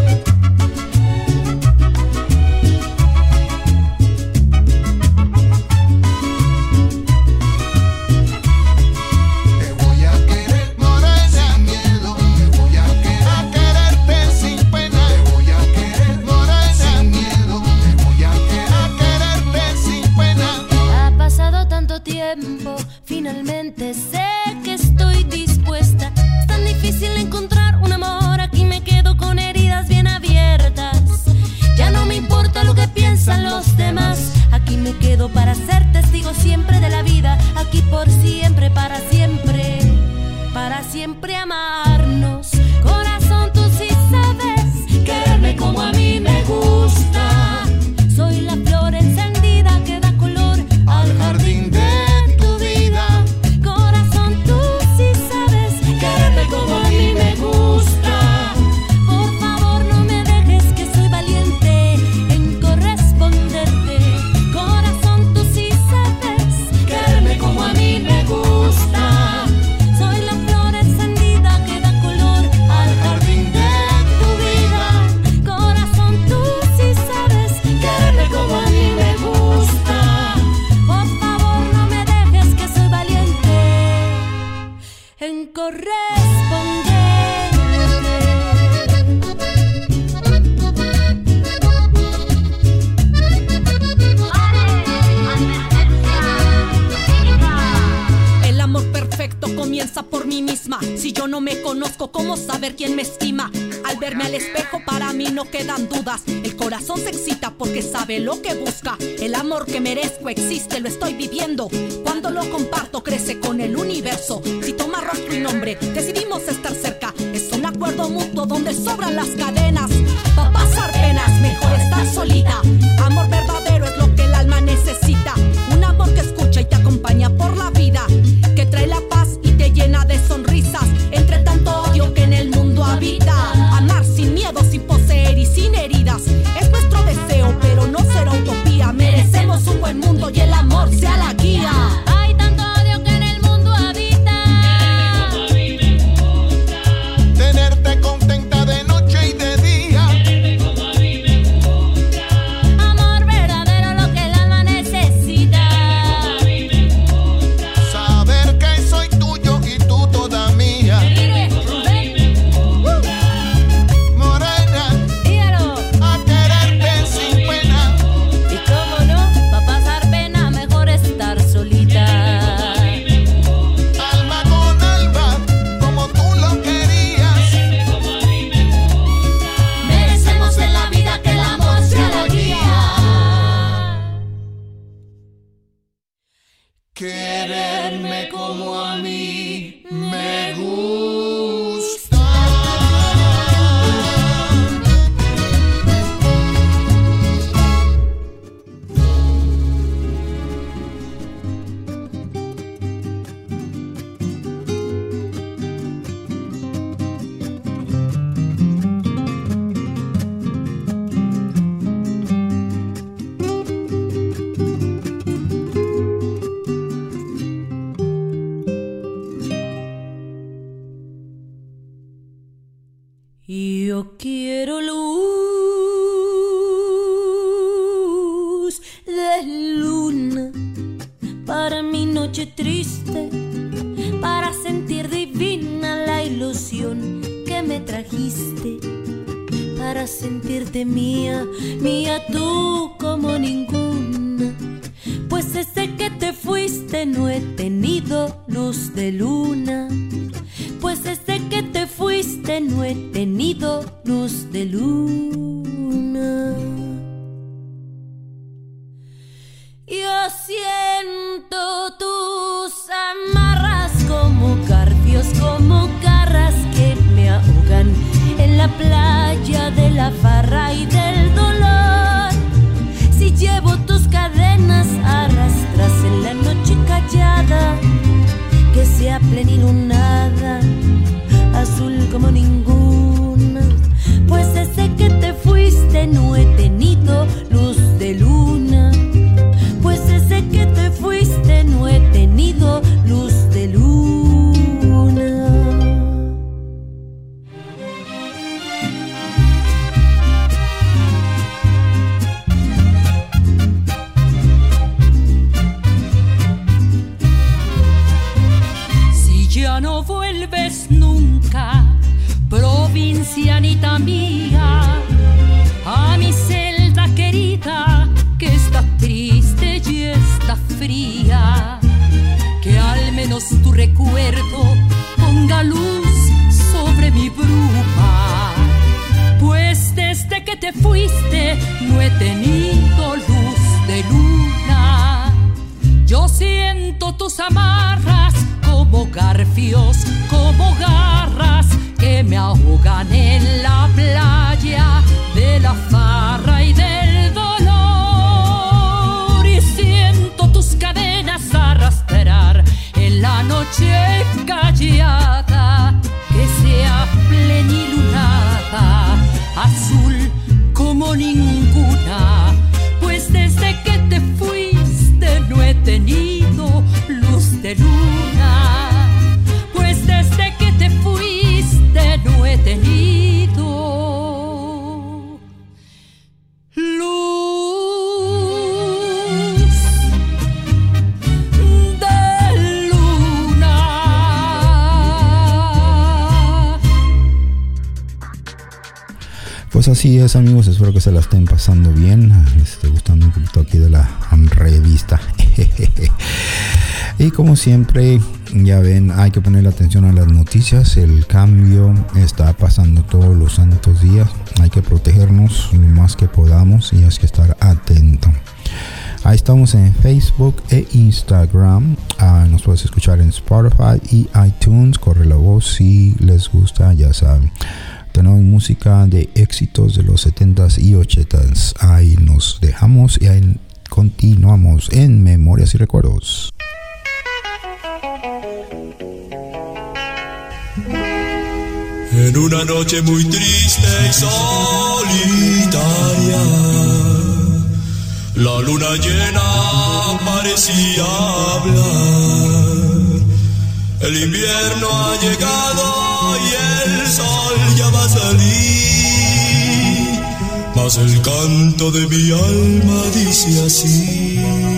Te voy a querer morir sin miedo, te voy a quererte sin pena, te voy a querer morir sin miedo, te voy a quererte sin pena. Ha pasado tanto tiempo, finalmente sé que estoy dispuesta. Es tan difícil encontrar un amor, aquí me quedo con heridas bien abiertas. Ya no me importa lo que piensan los demás, aquí me quedo para ser testigo siempre de la vida. Aquí por siempre, para siempre amarnos. Corazón, tú sí sabes quererme como a mí me gusta. Soy la flor encendida que da color al jardín de tu vida. Corazón, tú sí sabes quererme como a mí me gusta. Por favor, no me dejes, que soy valiente en corresponderte. corresponderte. El amor perfecto comienza por mí misma. Si yo no me conozco, ¿cómo saber quién me estima? Al verme al espejo para mí no quedan dudas. El corazón se excita porque sabe lo que busca. El amor que merezco existe, lo estoy viviendo. Cuando lo comparto crece con el universo. Si toma rostro y nombre, decidimos estar cerca. Es un acuerdo mutuo donde sobran las cadenas. Pa' pasar penas, mejor estar solita. Amor verdadero es lo que el alma necesita. Un amor que escucha y te acompaña por la vida, que trae la paz y te llena de sonrisas. Entre tanto odio que en el mundo habita, amar sin miedo, sin poseer y sin heridas. Es nuestro deseo, pero no será utopía. Merecemos un buen mundo y el amor sea la guía. Hay tanto odio que en el mundo habita. Tenerte contenta de noche y de día. Amor verdadero, lo que el alma necesita. Saber que soy tuyo y tú toda mía. Morena, Dígalo. a quererte sin pena. Y cómo no, pa' pasar pena, mejor estar solita. Alma con alma, como tú lo querías. Merecemos en la vida que el amor sea la guía. Quererme como a mí me gusta. Yo quiero luz de luna para mi noche triste, para sentir divina la ilusión que me trajiste, para sentirte mía, mía tú como ninguna. Pues desde que te fuiste no he tenido luz de luna. Pues desde que te fuiste no he tenido luz de luna. Yo siento tus amarras como garfios, como garras que me ahogan en la playa de la farra y del dolor. Si llevo tus cadenas arrastras en la noche callada, que sea plenilunada, azul como ninguna. Pues desde que te fuiste no he tenido luz de luna. Pues desde que te fuiste no he tenido luz de luna. Si ya no vuelves nunca, provincianita mía, a mi celda querida, que está triste y está fría, que al menos tu recuerdo ponga luz sobre mi bruma. Pues desde que te fuiste no he tenido luz de luna. Yo siento tus amarras como garfios, como garras que me ahogan en la playa de la farra y del dolor. Y siento tus cadenas arrastrar en la noche callada, que sea plenilunada, azul como ninguna. Pues desde que te fuiste no he tenido luz de luna. Pues desde que te fuiste no he tenido luz así es, amigos, espero que se la estén pasando bien, gustando un poquito aquí de la revista. Y como siempre, ya ven, hay que poner atención a las noticias. El cambio está pasando todos los santos días. Hay que protegernos lo más que podamos y hay que estar atento. Ahí estamos en Facebook e Instagram. Nos puedes escuchar en Spotify y iTunes. Corre la voz si les gusta, ya saben. Tenemos música de éxitos de los 70s y 80s. Ahí nos dejamos y ahí continuamos en Memorias y Recuerdos. En una noche muy triste y solitaria, la luna llena parecía hablar. El invierno ha llegado y el sol ya va a salir, mas el canto de mi alma dice así.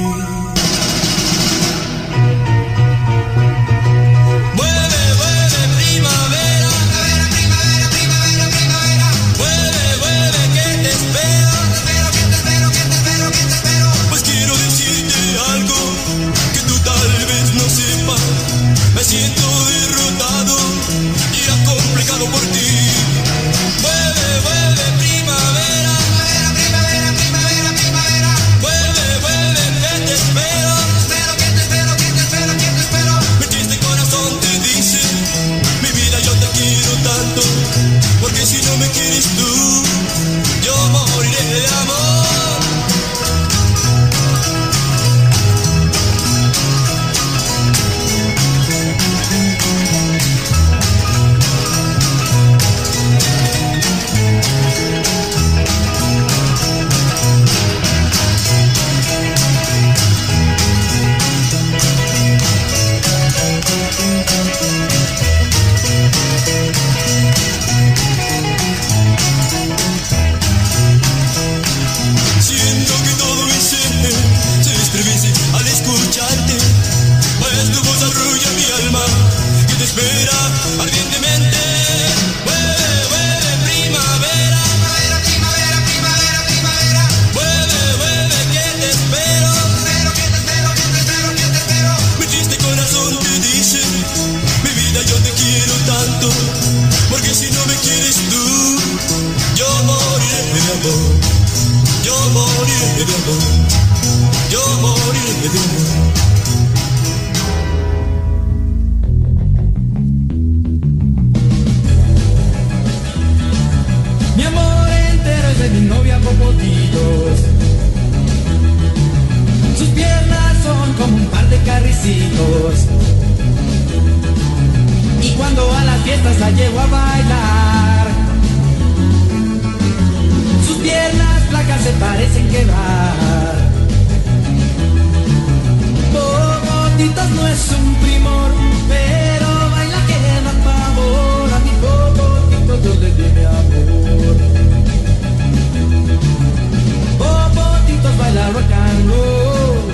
Me siento derrotado y acomplejado por ti. Vuelve, vuelve, primavera. Primavera, primavera, primavera. Vuelve, vuelve, que te espero. Espero, que te espero, que te espero, que te espero. Mi triste corazón te dice, mi vida yo te quiero tanto, porque si no me quieres tú, yo moriré de amor. Siento que todo mi ser se estremece al escucharte, pues tu voz arrulla mi alma que te espera ardientemente. Vuelve, vuelve, primavera. Primavera, primavera, primavera. Vuelve, vuelve, que te espero. Espero, que te espero, que te espero, que te espero. Mi triste corazón te dice, mi vida yo te quiero tanto, porque si no me quieres tú, yo moriré de amor. Yo moriré de amor, yo moriré de amor. Mi amor entero es de mi novia Popotitos. Sus piernas son como un par de carricitos, y cuando a las fiestas la llevo a bailar, sus piernas flacas se parecen quebrar. Popotitos no es un primor, pero baila que da pavor. A mi Popotitos yo le di mi amor. Popotitos baila rock and roll,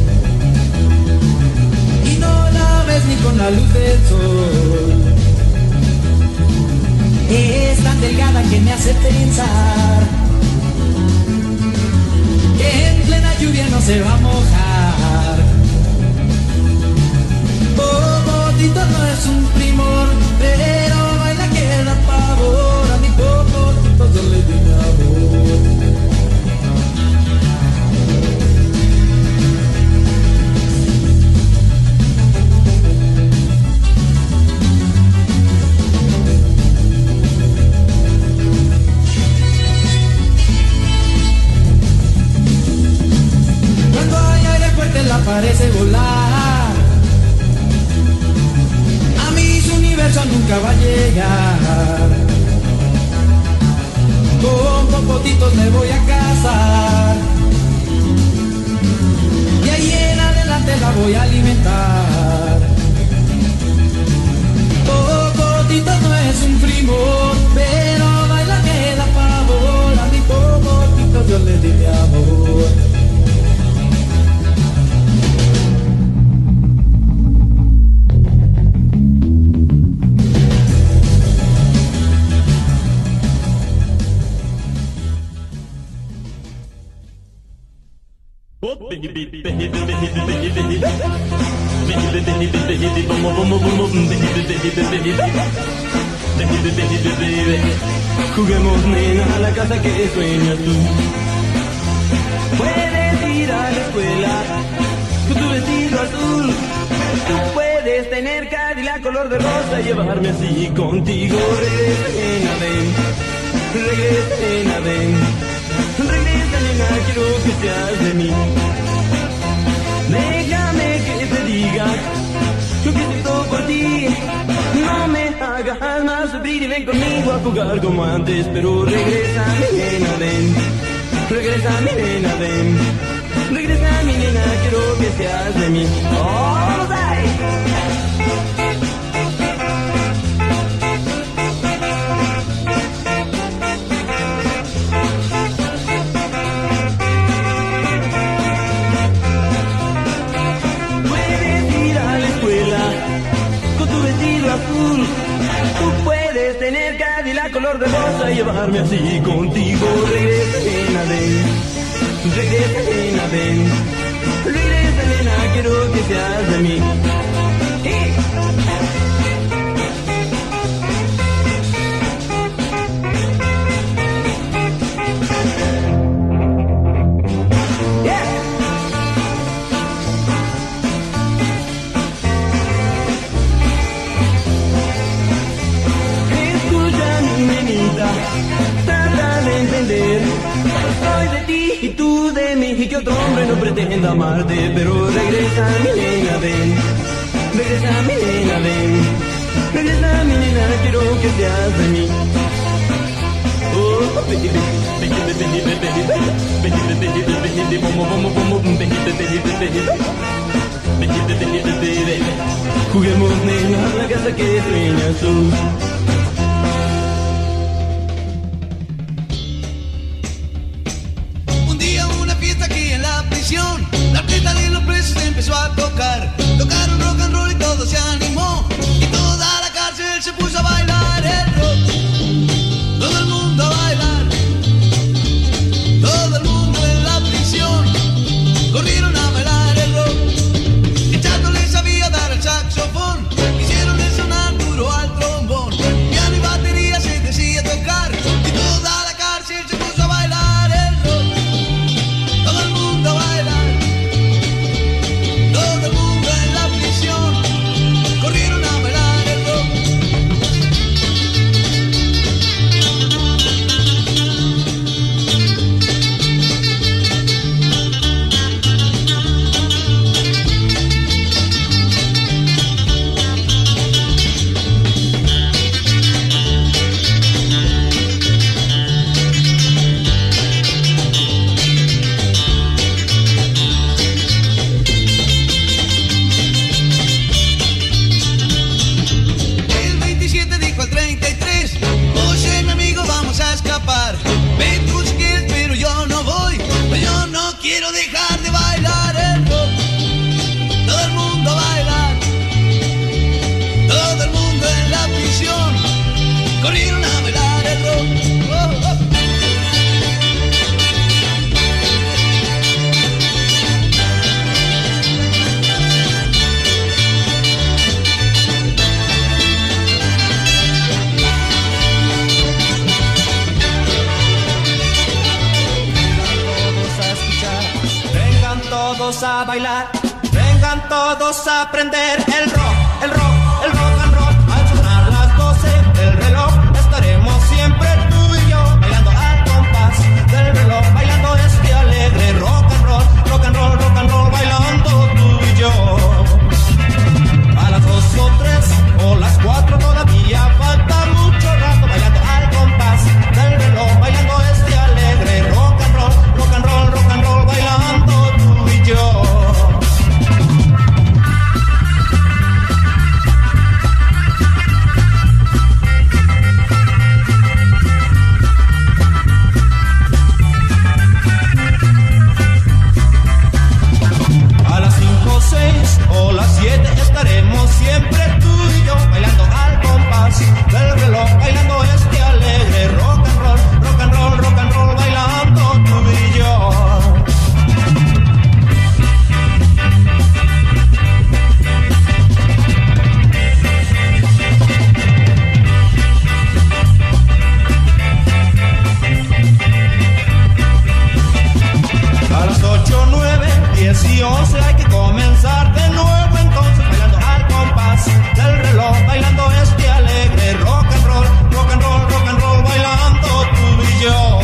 y no la ves ni con la luz del sol. Es tan delgada que me hace pensar que en plena lluvia no se va a mojar. Popotitos no es un primor, pero baila que da pavor. A mi Popotitos yo le di mi amor. Parece volar. A mis universos nunca va a llegar. Con Popotitos me voy a casar, y ahí en adelante la voy a alimentar. Popotitos no es un primor, pero baila que da pavor. A mi Popotitos yo le di mi amor. Juguemos, nena, a la casa que sueñas tú. Puedes ir a la escuela con tu vestido azul. Tú puedes tener Cadillac color de rosa y llevarme así contigo. Regresa, nena, ven. Regresa, nena, ven. Regresa, nena, quiero que seas de mí. Déjame que te diga lo que siento por ti. No me hagas más sufrir y ven conmigo a jugar como antes. Pero regresa, mi nena, ven. Regresa, mi nena, ven. Regresa, mi nena, quiero que seas de mí. ¡Oh, azul. Tú puedes tener Cadillac color de rosa y llevarme así contigo. Regresa, nena, ven. Regresa, nena, ven. Regresa, nena, quiero que seas de mí. Trata de entender, soy de ti y tú de mí, y que otro hombre no pretenda amarte. Pero regresa, mi nena, ven. Regresa, mi nena, ven. Regresa, mi nena, quiero que seas de mí. Oh, baby, baby, baby, baby, baby, juguemos, nena, a la casa que sueñas tú. La orquesta de los presos empezó a tocar. Tocaron rock and roll y todo se animó. Y toda la cárcel se puso a bailar el rock. Todo el mundo a bailar. Todo el mundo en la prisión corrieron a bailar el rock. El Chato les sabía dar el saxofón. Hicieron sonar duro al trombón. Piano y batería se decía tocar. Y toda la cárcel se puso a bailar el rock. Todo el mundo a bailar. Todo el mundo en la prisión corrieron a bailar el rock. El 27 dijo al 33: oye, mi amigo, vamos a escapar. Ven tú si quieres, pero yo no voy. Yo no quiero dejar de bailar el rock. Todo el mundo a bailar. Todo el mundo en la prisión corrieron a bailar el rock. Oh, oh. Vengan todos a bailar, vengan todos a aprender el rock, el rock, el rock and roll. Al sonar las 12 del reloj, estaremos siempre tú y yo, bailando al compás del reloj, bailando este alegre rock and roll, rock and roll, rock and roll, bailando tú y yo. A las 2 o 3 o las 4 todavía falta mucho rato, bailando al compás del reloj, bailando este alegre rock and roll, rock and roll, rock and roll, bailando tú y yo. deliciosa, hay que comenzar de nuevo entonces bailando al compás del reloj, bailando este alegre rock and roll, rock and roll, rock and roll, bailando tú y yo.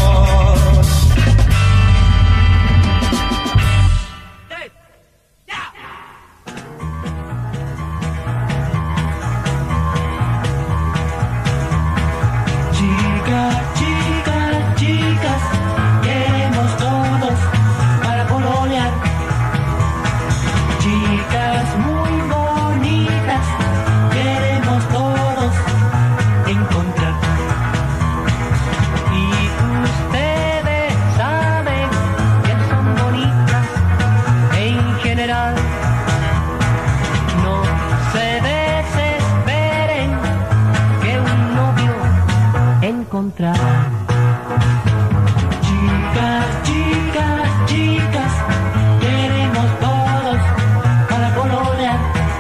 Chicas, chicas, chicas, queremos todos para pololear.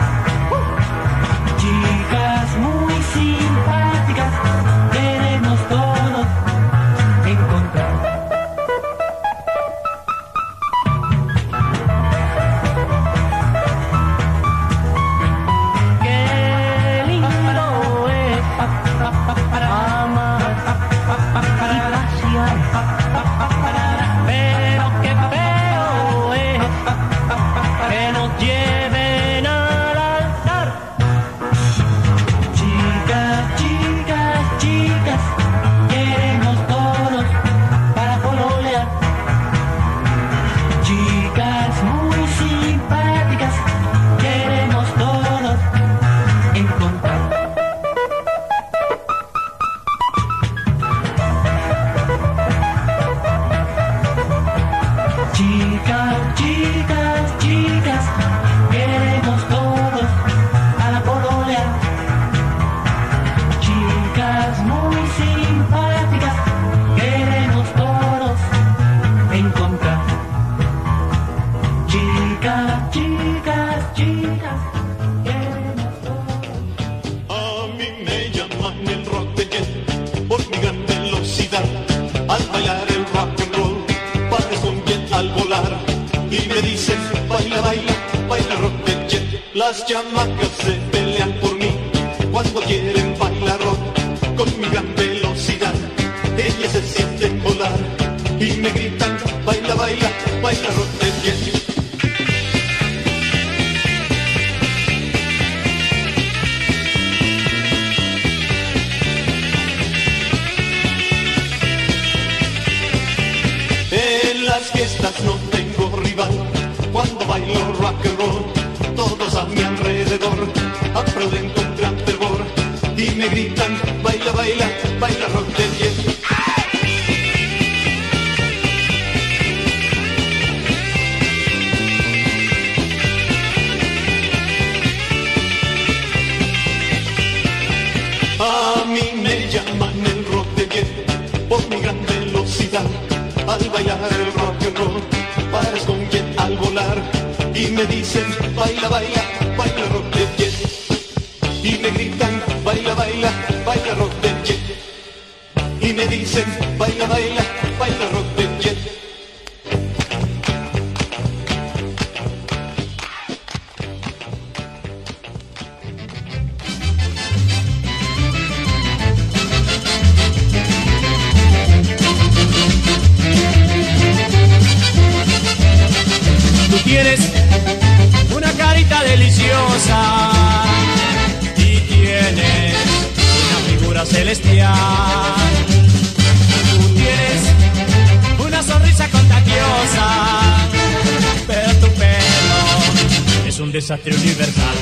Chicas muy simpáticas, queremos todos encontrar. Qué lindo es amar. Pero qué feo es que nos lleven al altar. Chicas, chicas, chicas, queremos todos para pololear. Chicas muy simpáticas, queremos todos encontrar. Chicas, chicas, chicas, queremos todos para pololear. Chicas muy simpáticas, queremos todos encontrar. Chicas, chicas, chicas, queremos todos. A mí me llaman el rock de jet por mi gran velocidad. Al bailar el rock and roll parezco un jet al volar. Y me dicen, baila, baila, baila rock de jet. Las chamacas se pelean por mí cuando quieren bailar rock. Con mi gran velocidad ellas se sienten volar. Y me gritan, baila, baila, baila rock de jet. En las fiestas no tengo rival, cuando bailo rock and roll, todos a mi alrededor aplauden con gran fervor y me gritan, baila, baila, baila rock de jet. A mí me llaman el rock de jet por mi gran velocidad. Al bailar el rock and roll parezco un jet al volar. Y me dicen, baila, baila, baila rock de jet. Y me gritan, baila, baila, baila rock de jet. Y me dicen, baila, baila, baila rock de jet. Tú tienes una carita deliciosa y tienes una figura celestial. Tú tienes una sonrisa contagiosa, pero tu pelo es un desastre universal.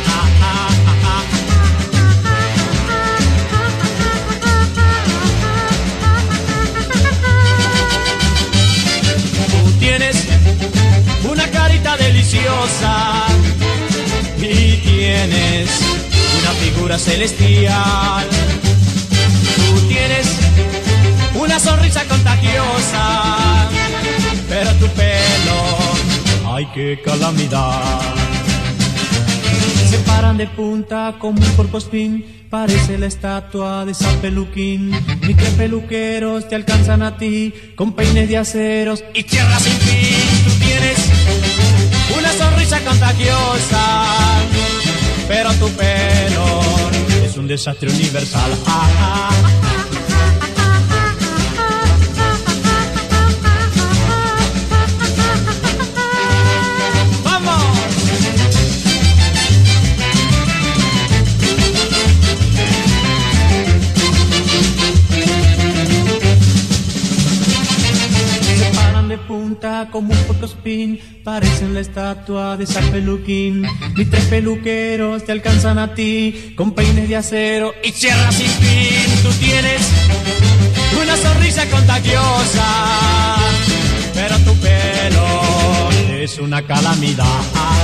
Tú tienes una carita deliciosa y tienes una figura celestial. Tú tienes una sonrisa contagiosa, pero tu pelo, ay qué calamidad. Se paran de punta como un porcospín, parece la estatua de San Peluquín. Ni que peluqueros te alcanzan a ti con peines de aceros y tierra sin fin. Tú tienes una desastre universal. Ah, ah. Como un pocospín, parecen la estatua de San Peluquín. Mis tres peluqueros te alcanzan a ti con peines de acero y sierras sin fin. Tú tienes una sonrisa contagiosa, pero tu pelo es una calamidad.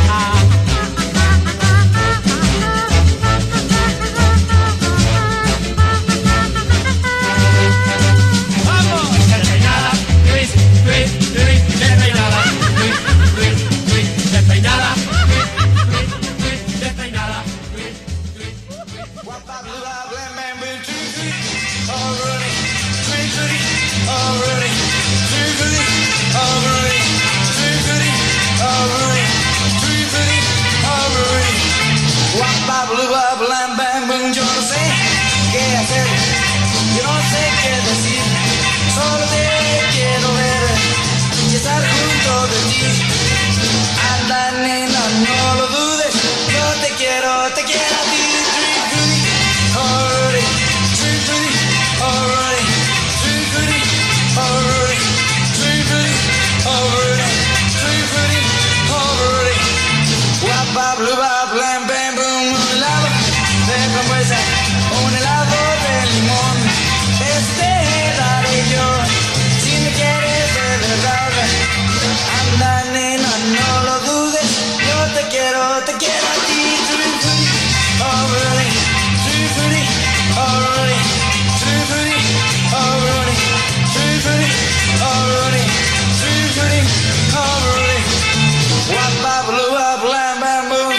Yo no sé qué hacer, yo no sé qué decir, solo te quiero ver y estar junto de ti. Anda nena, no lo dudes, yo te quiero a ti. Already, already, already, already. Guapa, blue, blam, bam, boom, helado de frambuesa, un helado de limón. Este daré yo, si me quieres de verdad. Anda nena, no lo dudes, yo te quiero a ti. Already, already, already, already. Guapa, blue, blam, bam, boom.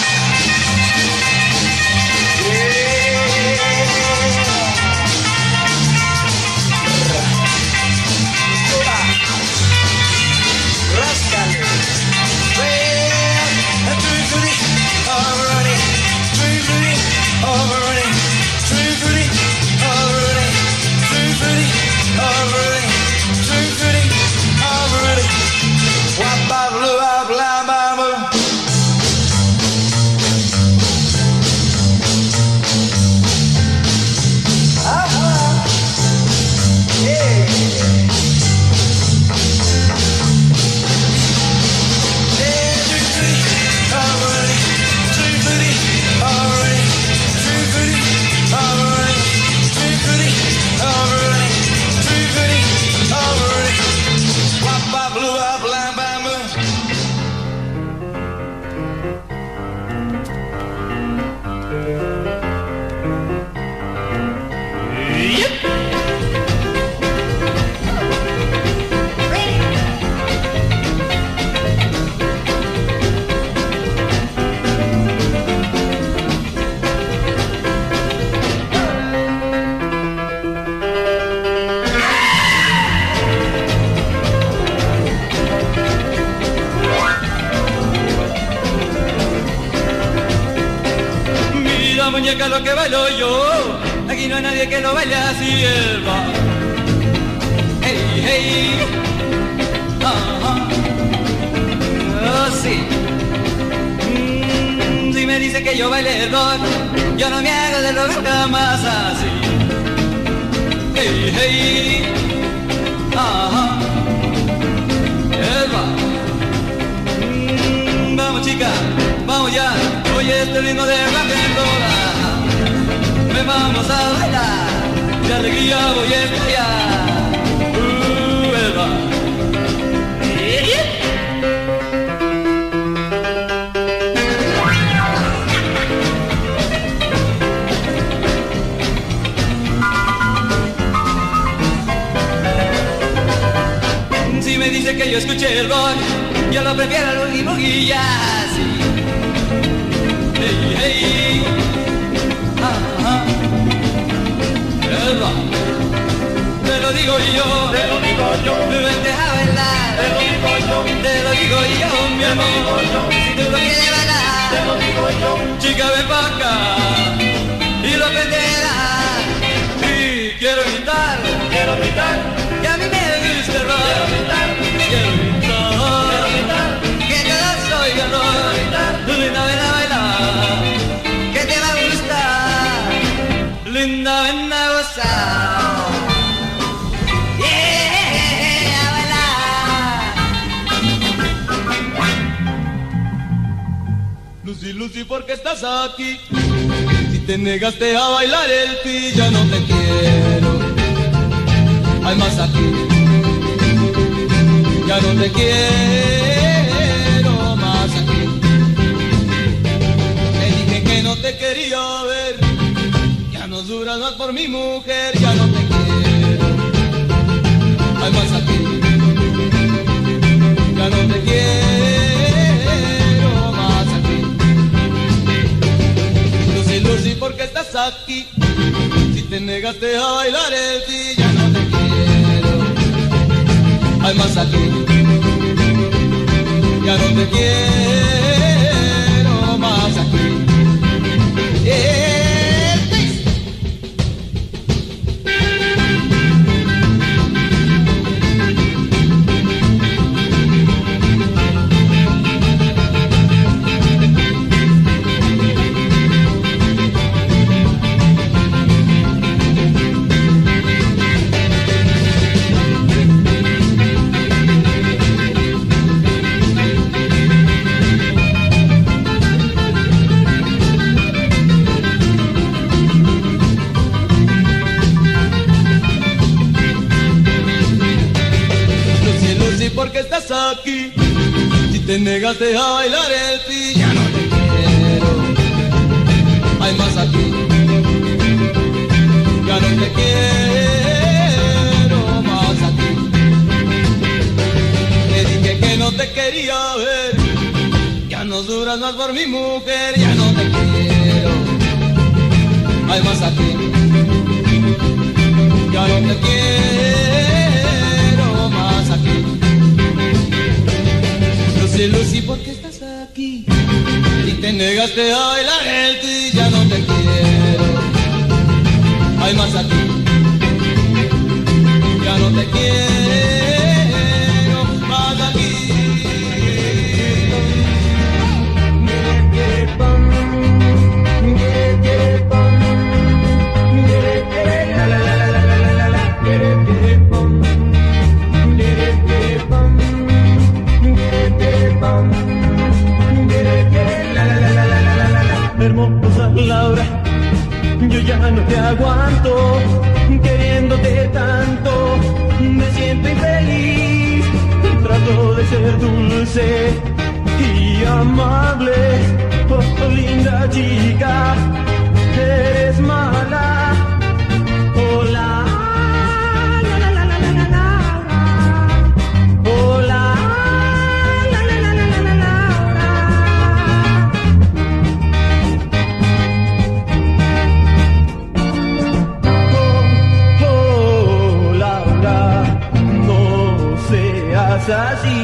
Muñeca, lo que bailo yo, aquí no hay nadie que lo baile así el va. Hey, hey, oh sí. Si me dice que yo baile el rock, yo no me hago de lo que jamás así. Hey, hey, el va. Vamos chica, vamos ya, oye este ritmo de rock and roll. Me vamos a bailar, de alegría voy a estallar. Elba. Si me dice que yo escuché el rock, yo lo prefiero al boogie boogie jazz. Hey, hey. Te lo digo yo, vente a bailar, te lo digo yo, mi amor, si tú lo quieres bailar, chica ven pa' acá, y lo prende Lucy, Lucy, ¿por qué estás aquí? Si te negaste a bailar el pi, ya no te quiero. Hay más aquí. Ya no te quiero más aquí. Te dije que no te quería ver. Ya no duras más por mi mujer, ya no te quiero. Hay más aquí. Ya no te quiero más aquí. Lucy, Lucy, ¿por qué estás aquí? Si te negaste a bailar el pi, ya no te quiero. Hay más aquí. Ya no te quiero más aquí. ¿Por qué estás aquí? Si te negaste a bailar el pi, ya no te quiero. Hay más aquí. Ya no te quiero más aquí. Te dije que no te quería ver. Ya no duras más por mi mujer, ya no te quiero. Hay más aquí. Ya no te quiero más aquí. Lucy, Lucy, ¿por qué estás aquí? Si te negaste a bailar el pi, ya no te quiero. Hay más aquí. Ya no te quiero más aquí. Hermosa Laura, yo ya no te aguanto, queriéndote tanto, me siento infeliz, trato de ser dulce y amable, oh, linda chica, eres mala, hola. Así,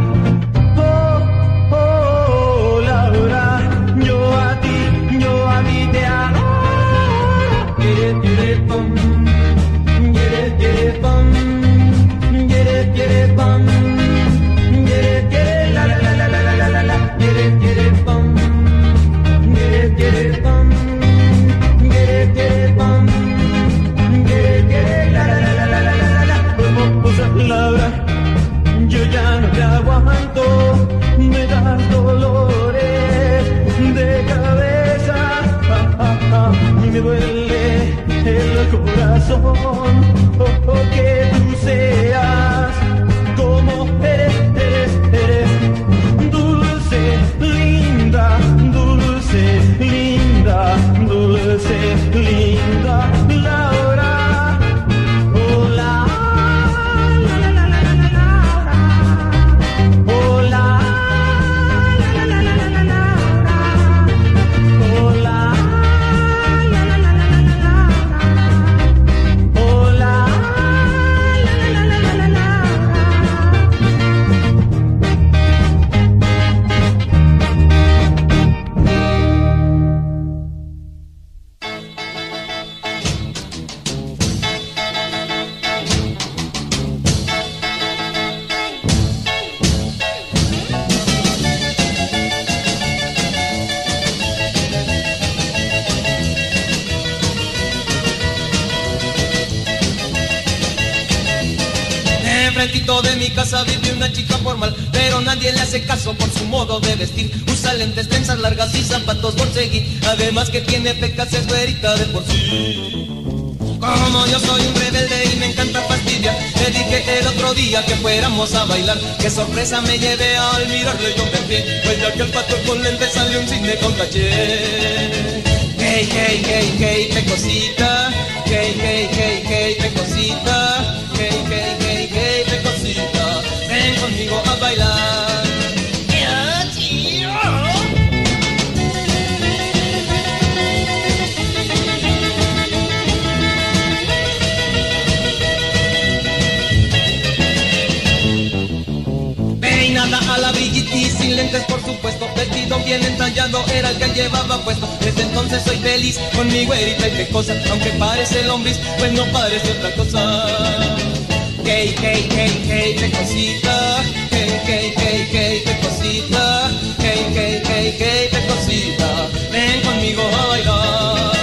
oh, Laura, yo a ti te adoro. Quiere pam, quiere pam, quiere pam, quiere la la la la la la la la, quiere pam, quiere pam, quiere pam, quiere la la la la la la la, hermosa Laura. Yo ya no te aguanto, me das dolores de cabeza, y me duele el corazón, que tú seas como eres, dulce, linda, dulce, linda, dulce, linda, Laura. De mi casa vive una chica formal, pero nadie le hace caso por su modo de vestir. Usa lentes, trenzas largas y zapatos Borseguín. Además que tiene pecas, es güerita de por sí. Como yo soy un rebelde y me encanta fastidiar, le dije el otro día que fuéramos a bailar. Qué sorpresa me llevé al mirarle, yo me envié, pues ya que el pato con lentes salió un cine con caché. Hey, hey, hey, hey, pecosita. Hey, hey, hey, hey, pecosita. Hey, hey, hey, hey, pecosita. Ven conmigo a bailar. Peinada a la Brigitte, sin lentes por supuesto, vestido bien entallado era el que llevaba puesto. Desde entonces soy feliz con mi güerita y pecosa, aunque parece lombriz, pues no parece otra cosa. Hey, hey, hey, hey, pecosita. Hey, hey, hey, hey, pecosita. Hey, hey, hey, hey, pecosita. Ven conmigo a bailar.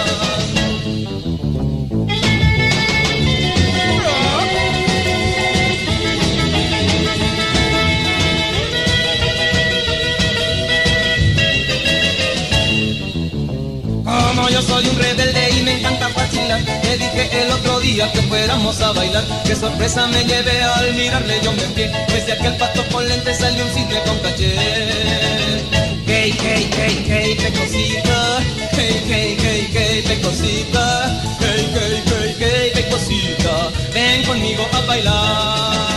Como yo soy un rebelde y me encanta vacilar, le dije el otro día que fuéramos a bailar. Qué sorpresa me llevé al mirarle, yo me envié, pues de aquel pato con lentes salió un cisne con caché. Hey, hey, hey, hey, pecosita. Hey, hey, hey, hey, pecosita. Hey, hey, hey, hey, pecosita. Ven conmigo a bailar.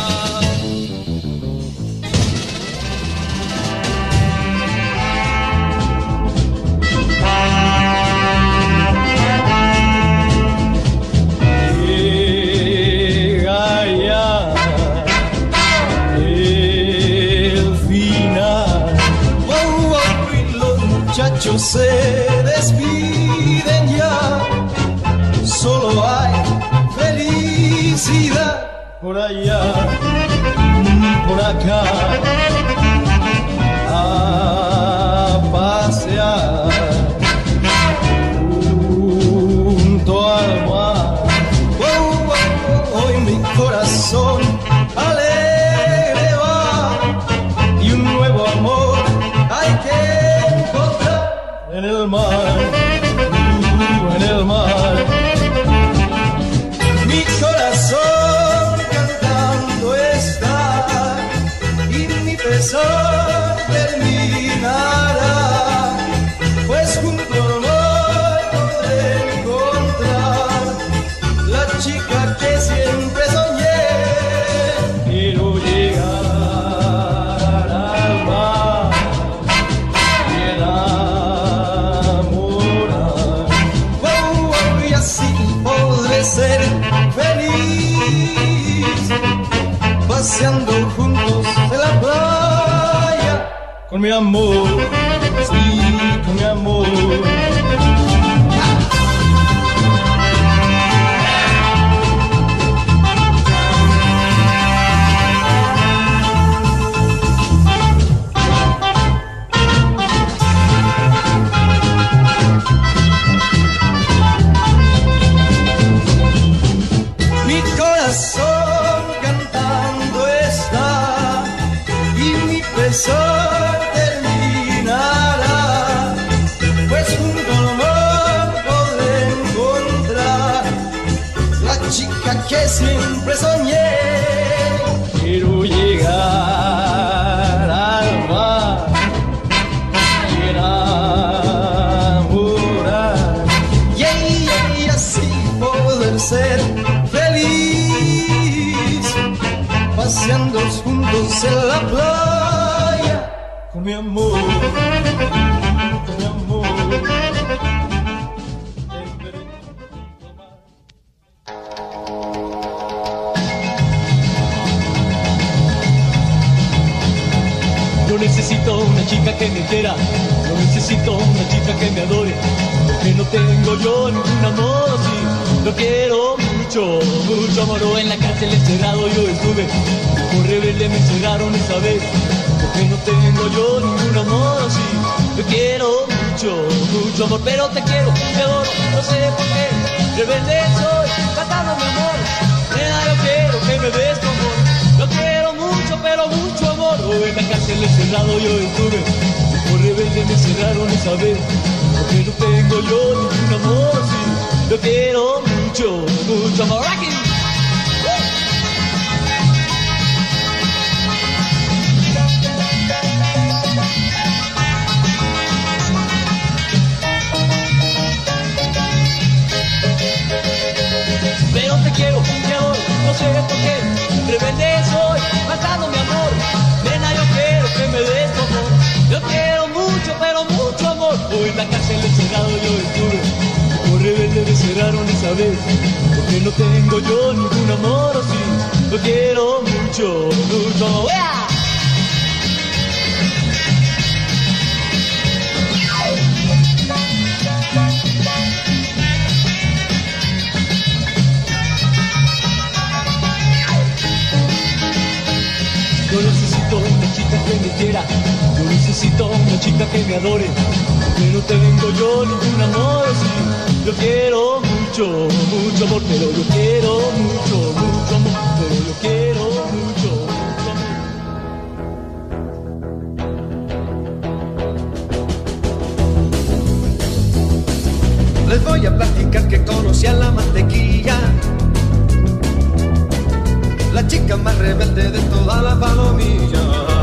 Se despiden ya, solo hay felicidad por allá, por acá, a pasear junto al mar. Hoy mi corazón alegre va y un nuevo amor hay que en el mar, en el mar. Mi corazón cantando está y mi pesar terminará, pues junto al mar podré encontrar la chica que siempre soñé. Quiero llegar al mar y así podré ser feliz, paseando juntos en la playa, con mi amor, sí, con mi amor. Mi corazón cantando está y mi pesar terminará, pues junto al mar podré encontrar la chica que siempre soñé. Quiero llegar al mar y enamorar y así poder ser feliz, paseando juntos en la playa, con mi amor, con mi amor. Yo necesito una chica que me quiera, yo necesito una chica que me adore, porque no tengo yo ningún amor así. Lo quiero mucho, mucho amor. En la cárcel encerrado yo estuve, por rebelde me encerraron esa vez, porque no tengo yo ningún amor así. Yo quiero mucho, mucho amor, pero te quiero, te adoro, no sé por qué. Rebelde soy, cantando mi amor. Nena, yo quiero que me des tu amor. Lo quiero mucho, pero mucho en la cárcel encerrado yo estuve. Por rebelde me encerraron esa vez. Porque no tengo yo ningún amor, sí. Lo quiero mucho, mucho amor. ¡Aquí! Pero te quiero, mi amor, no sé por qué. Rebelde soy, matando mi amor. Nena, yo quiero que me des tu amor. Yo quiero mucho, pero mucho amor. Hoy en la cárcel encerrado yo estuve. Por rebelde me encerraron esa vez. Porque no tengo yo ningún amor, sí. Yo quiero mucho, mucho amor. ¡Yeah! Yo necesito una chica que me quiera, yo necesito una chica que me adore, porque no tengo yo ningún amor, sí. Yo quiero mucho, mucho amor, pero yo quiero mucho, mucho amor, pero yo quiero mucho, mucho amor. Les voy a platicar que conocí a la mantequilla, la chica más rebelde de toda la palomilla.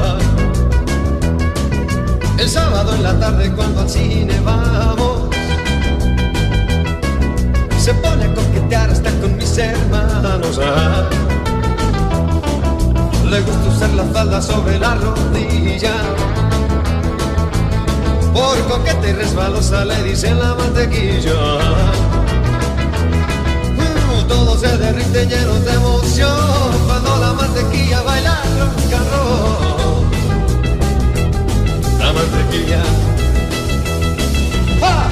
El sábado en la tarde cuando al cine vamos, se pone a coquetear hasta con mis hermanos. Le gusta usar la falda sobre la rodilla, por coqueta y resbalosa le dicen la mantequilla. Todo se derrite llenos de emoción cuando la mantequilla baila rock and roll. La mantequilla. ¡Ah!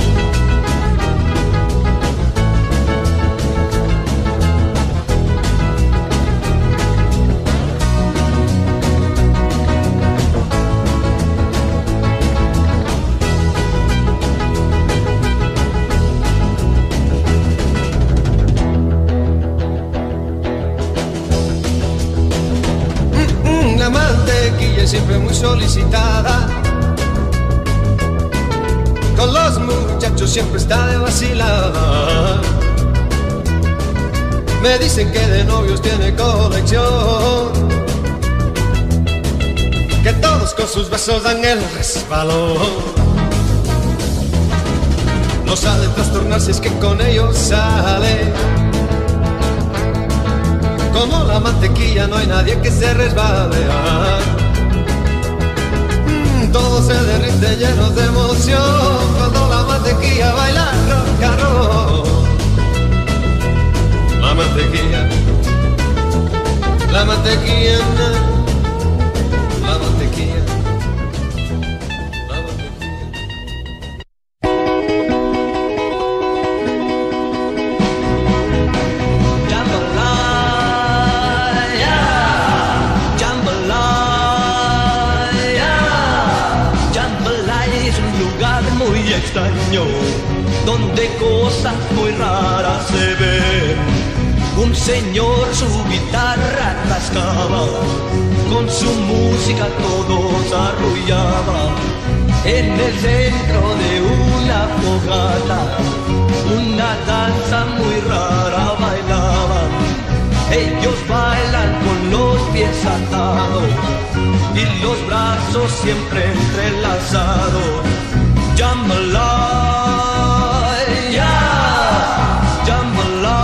La mantequilla es siempre muy solicitada, con los muchachos siempre está de vacilada. Me dicen que de novios tiene colección, que todos con sus besos dan el resbalón. No sabe trastornarse, es que con ellos sale. Como la mantequilla no hay nadie que se resbale. Todo se derrite lleno de emoción cuando la mantequilla baila rock and roll. La mantequilla, la mantequilla, la mantequilla. Extraño, donde cosas muy raras se ven. Un señor su guitarra rascaba, con su música todos arrullaban. En el centro de una fogata, una danza muy rara bailaban. Ellos bailan con los pies atados y los brazos siempre entrelazados. Jambalaya, jambalaya.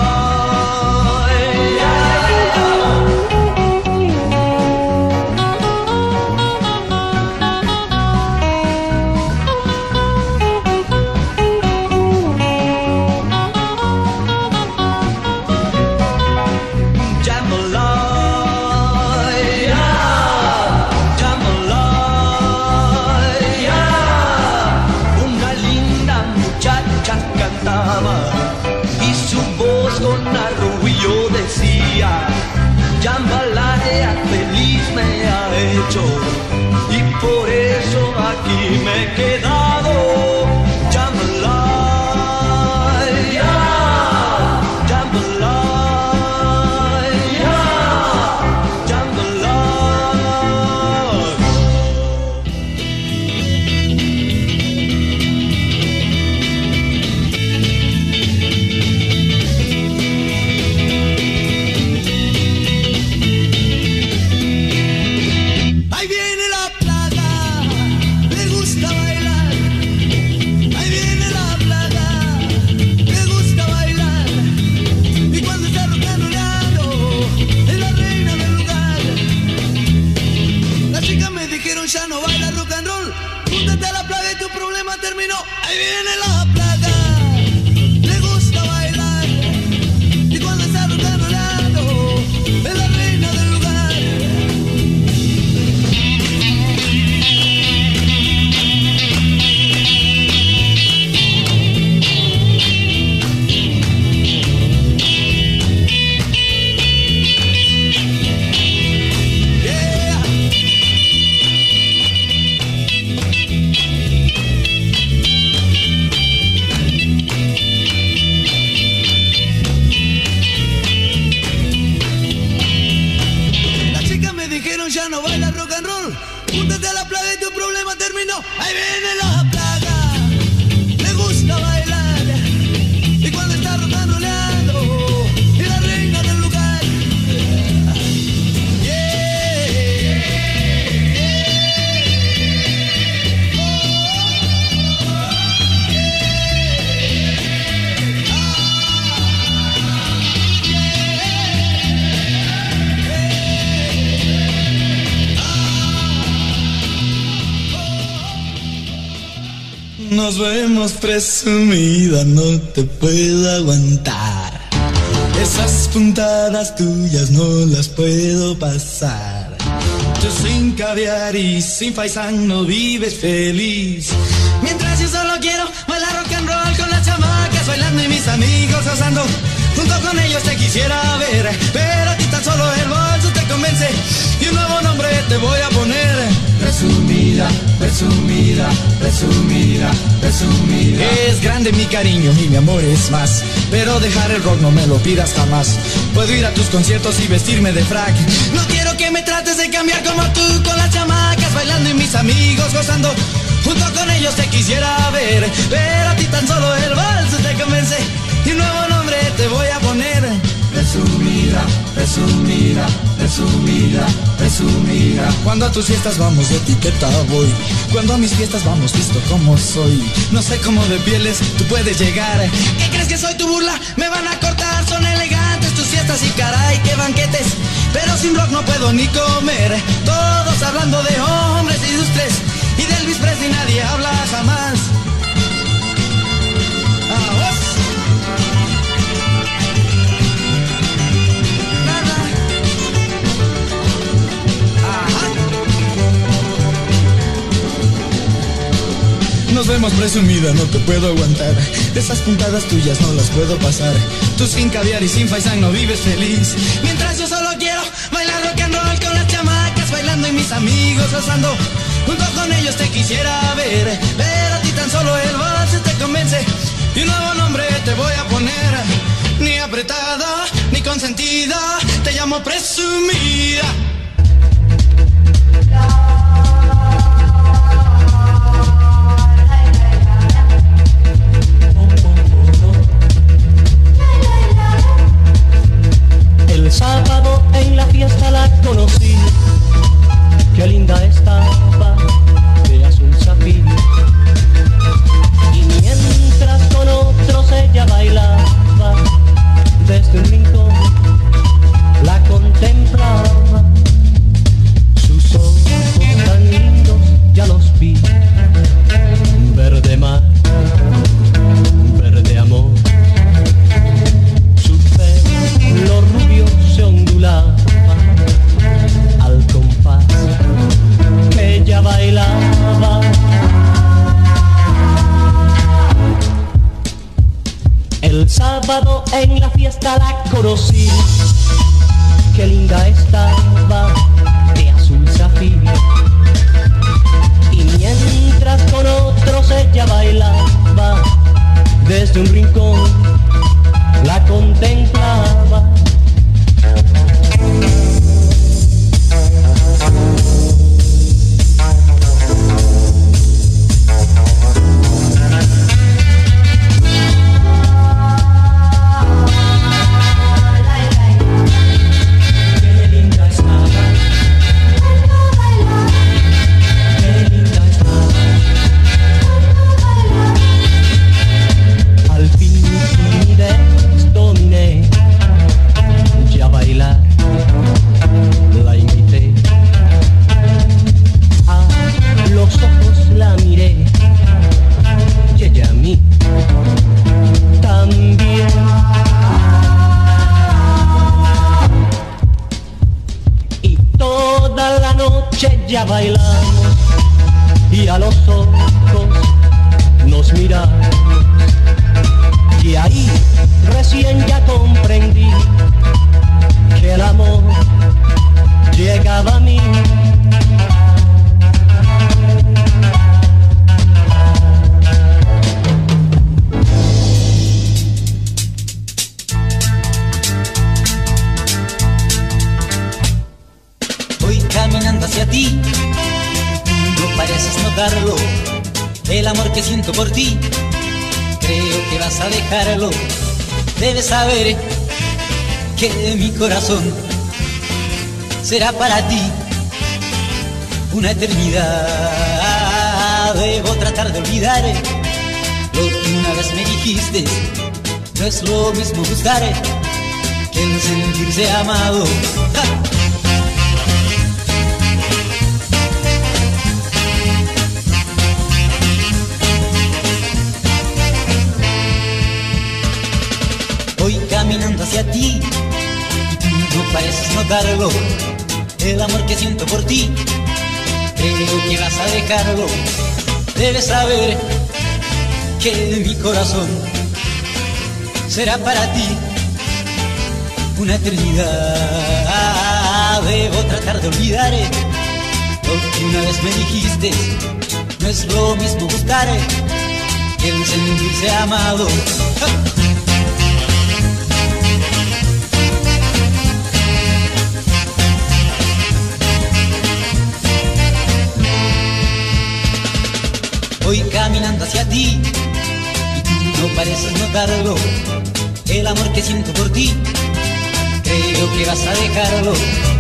Jambalaya feliz me ha hecho y por eso aquí me he quedado. Jambalaya, jambalaya, jambalaya. Júntate a la plaga y tu problema terminó. Ahí viene la plaga. Le gusta bailar y cuando está rocanroleando es la reina del lugar. Ya no baila rock and roll. Júntate a la plaga y tu problema terminó. Ahí viene la plaga. Le gusta bailar y cuando está rock and rollando es la reina del lugar. Nos vemos presumida, no te puedo aguantar. Esas puntadas tuyas no las puedo pasar. Tú sin caviar y sin faisán no vives feliz. Mientras yo solo quiero bailar rock and roll con las chamacas bailando y mis amigos gozando. Junto con ellos te quisiera ver, pero a ti tan solo el bolso te convence. Y un nuevo nombre te voy a poner. Presumida, presumida, presumida, presumida. Es grande mi cariño y mi amor es más, pero dejar el rock no me lo pidas jamás. Puedo ir a tus conciertos y vestirme de frac. No quiero que me trates de cambiar como tú con las chamacas bailando y mis amigos gozando. Junto con ellos te quisiera ver, pero a ti tan solo el vals te convence. Y un nuevo nombre te voy a poner. Presumida, presumida, presumida, presumida. Cuando a tus fiestas vamos de etiqueta voy. Cuando a mis fiestas vamos visto como soy. No sé cómo de pieles tú puedes llegar. ¿Qué crees que soy tu burla? Me van a cortar, son elegantes tus fiestas y caray qué banquetes. Pero sin rock no puedo ni comer. Todos hablando de hombres ilustres y de Elvis Presley nadie habla jamás. Nos vemos presumida, no te puedo aguantar. Esas puntadas tuyas no las puedo pasar. Tú sin caviar y sin faisán no vives feliz. Mientras yo solo quiero bailar rock and roll con las chamacas bailando y mis amigos gozando. Junto con ellos te quisiera ver, pero a ti tan solo el vals te convence. Y un nuevo nombre te voy a poner. Ni apretada, ni consentida, te llamo presumida. El sábado en la fiesta la conocí, qué linda estaba, de azul zafiro. Y mientras con otros ella bailaba, desde un rincón la contemplaba. Sus ojos tan lindos ya los vi, verde mar, verde amor. Lo rubio se ondulaba al compás que ella bailaba. El sábado en la fiesta la conocí, qué linda estaba, de azul zafiro. Y mientras con otros ella bailaba, desde un rincón la contemplaba. Qué linda estaba. que siento por ti, creo que vas a dejarlo. Debes saber que mi corazón será para ti una eternidad. Debo tratar de olvidar lo que una vez me dijiste. No es lo mismo gustar que el sentirse amado. ¡Ja! Voy caminando hacia ti y tú no pareces notarlo. El amor que siento por ti, creo que vas a dejarlo. Debes saber que mi corazón será para ti una eternidad. Debo tratar de olvidar lo que una vez me dijiste. No es lo mismo gustar que el sentirse amado. ¡Ja! Voy caminando hacia ti y tú no pareces notarlo. El amor que siento por ti, creo que vas a dejarlo.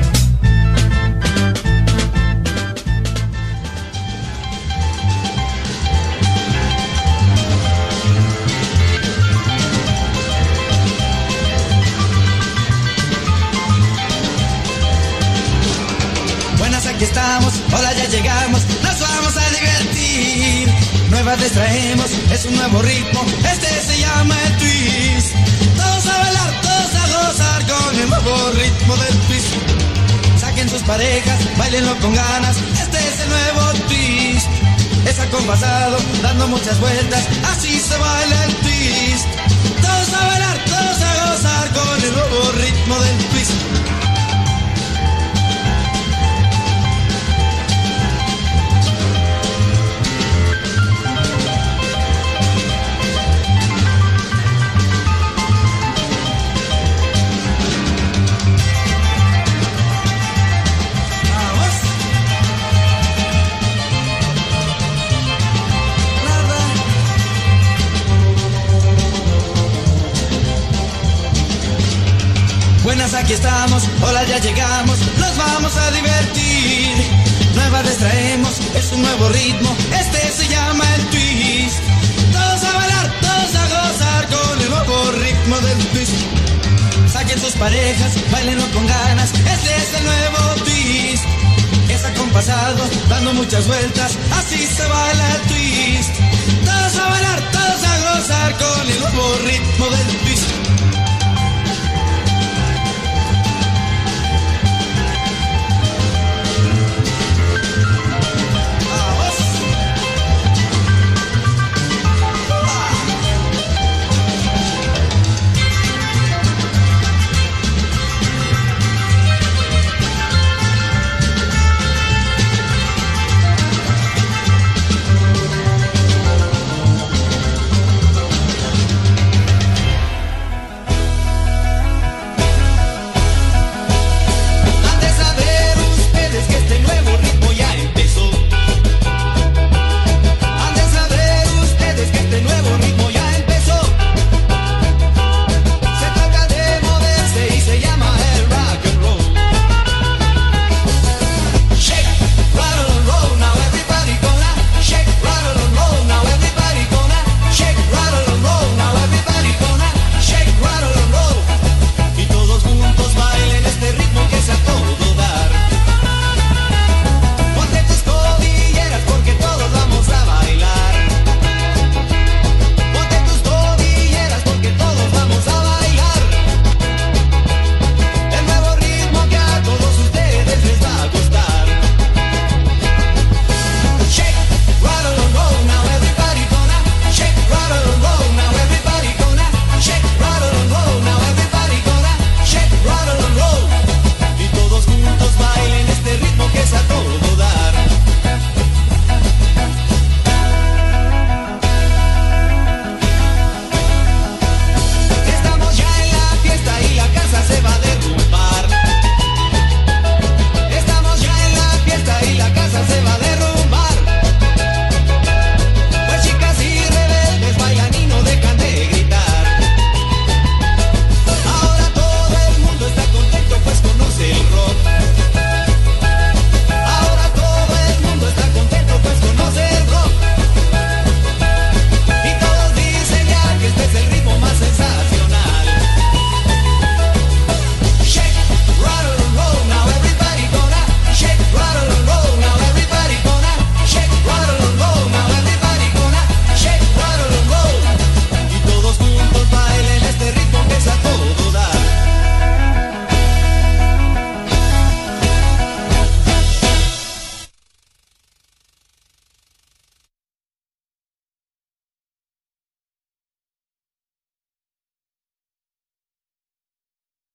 Buenas, aquí estamos, hola, ya llegamos, nos vamos a divertir. Nuevas les traemos, es un nuevo ritmo, este se llama el twist. Todos a bailar, todos a gozar con el nuevo ritmo del twist. Saquen sus parejas, bailenlo con ganas, este es el nuevo twist. Es acompasado, dando muchas vueltas, así se baila el twist. Todos a bailar, todos a gozar con el nuevo ritmo del twist. Buenas, aquí estamos, hola, ya llegamos, nos vamos a divertir. Nuevas les traemos, es un nuevo ritmo, este se llama el twist. Todos a bailar, todos a gozar con el nuevo ritmo del twist. Saquen sus parejas, bailenlo con ganas, este es el nuevo twist. Es acompasado, dando muchas vueltas, así se baila el twist.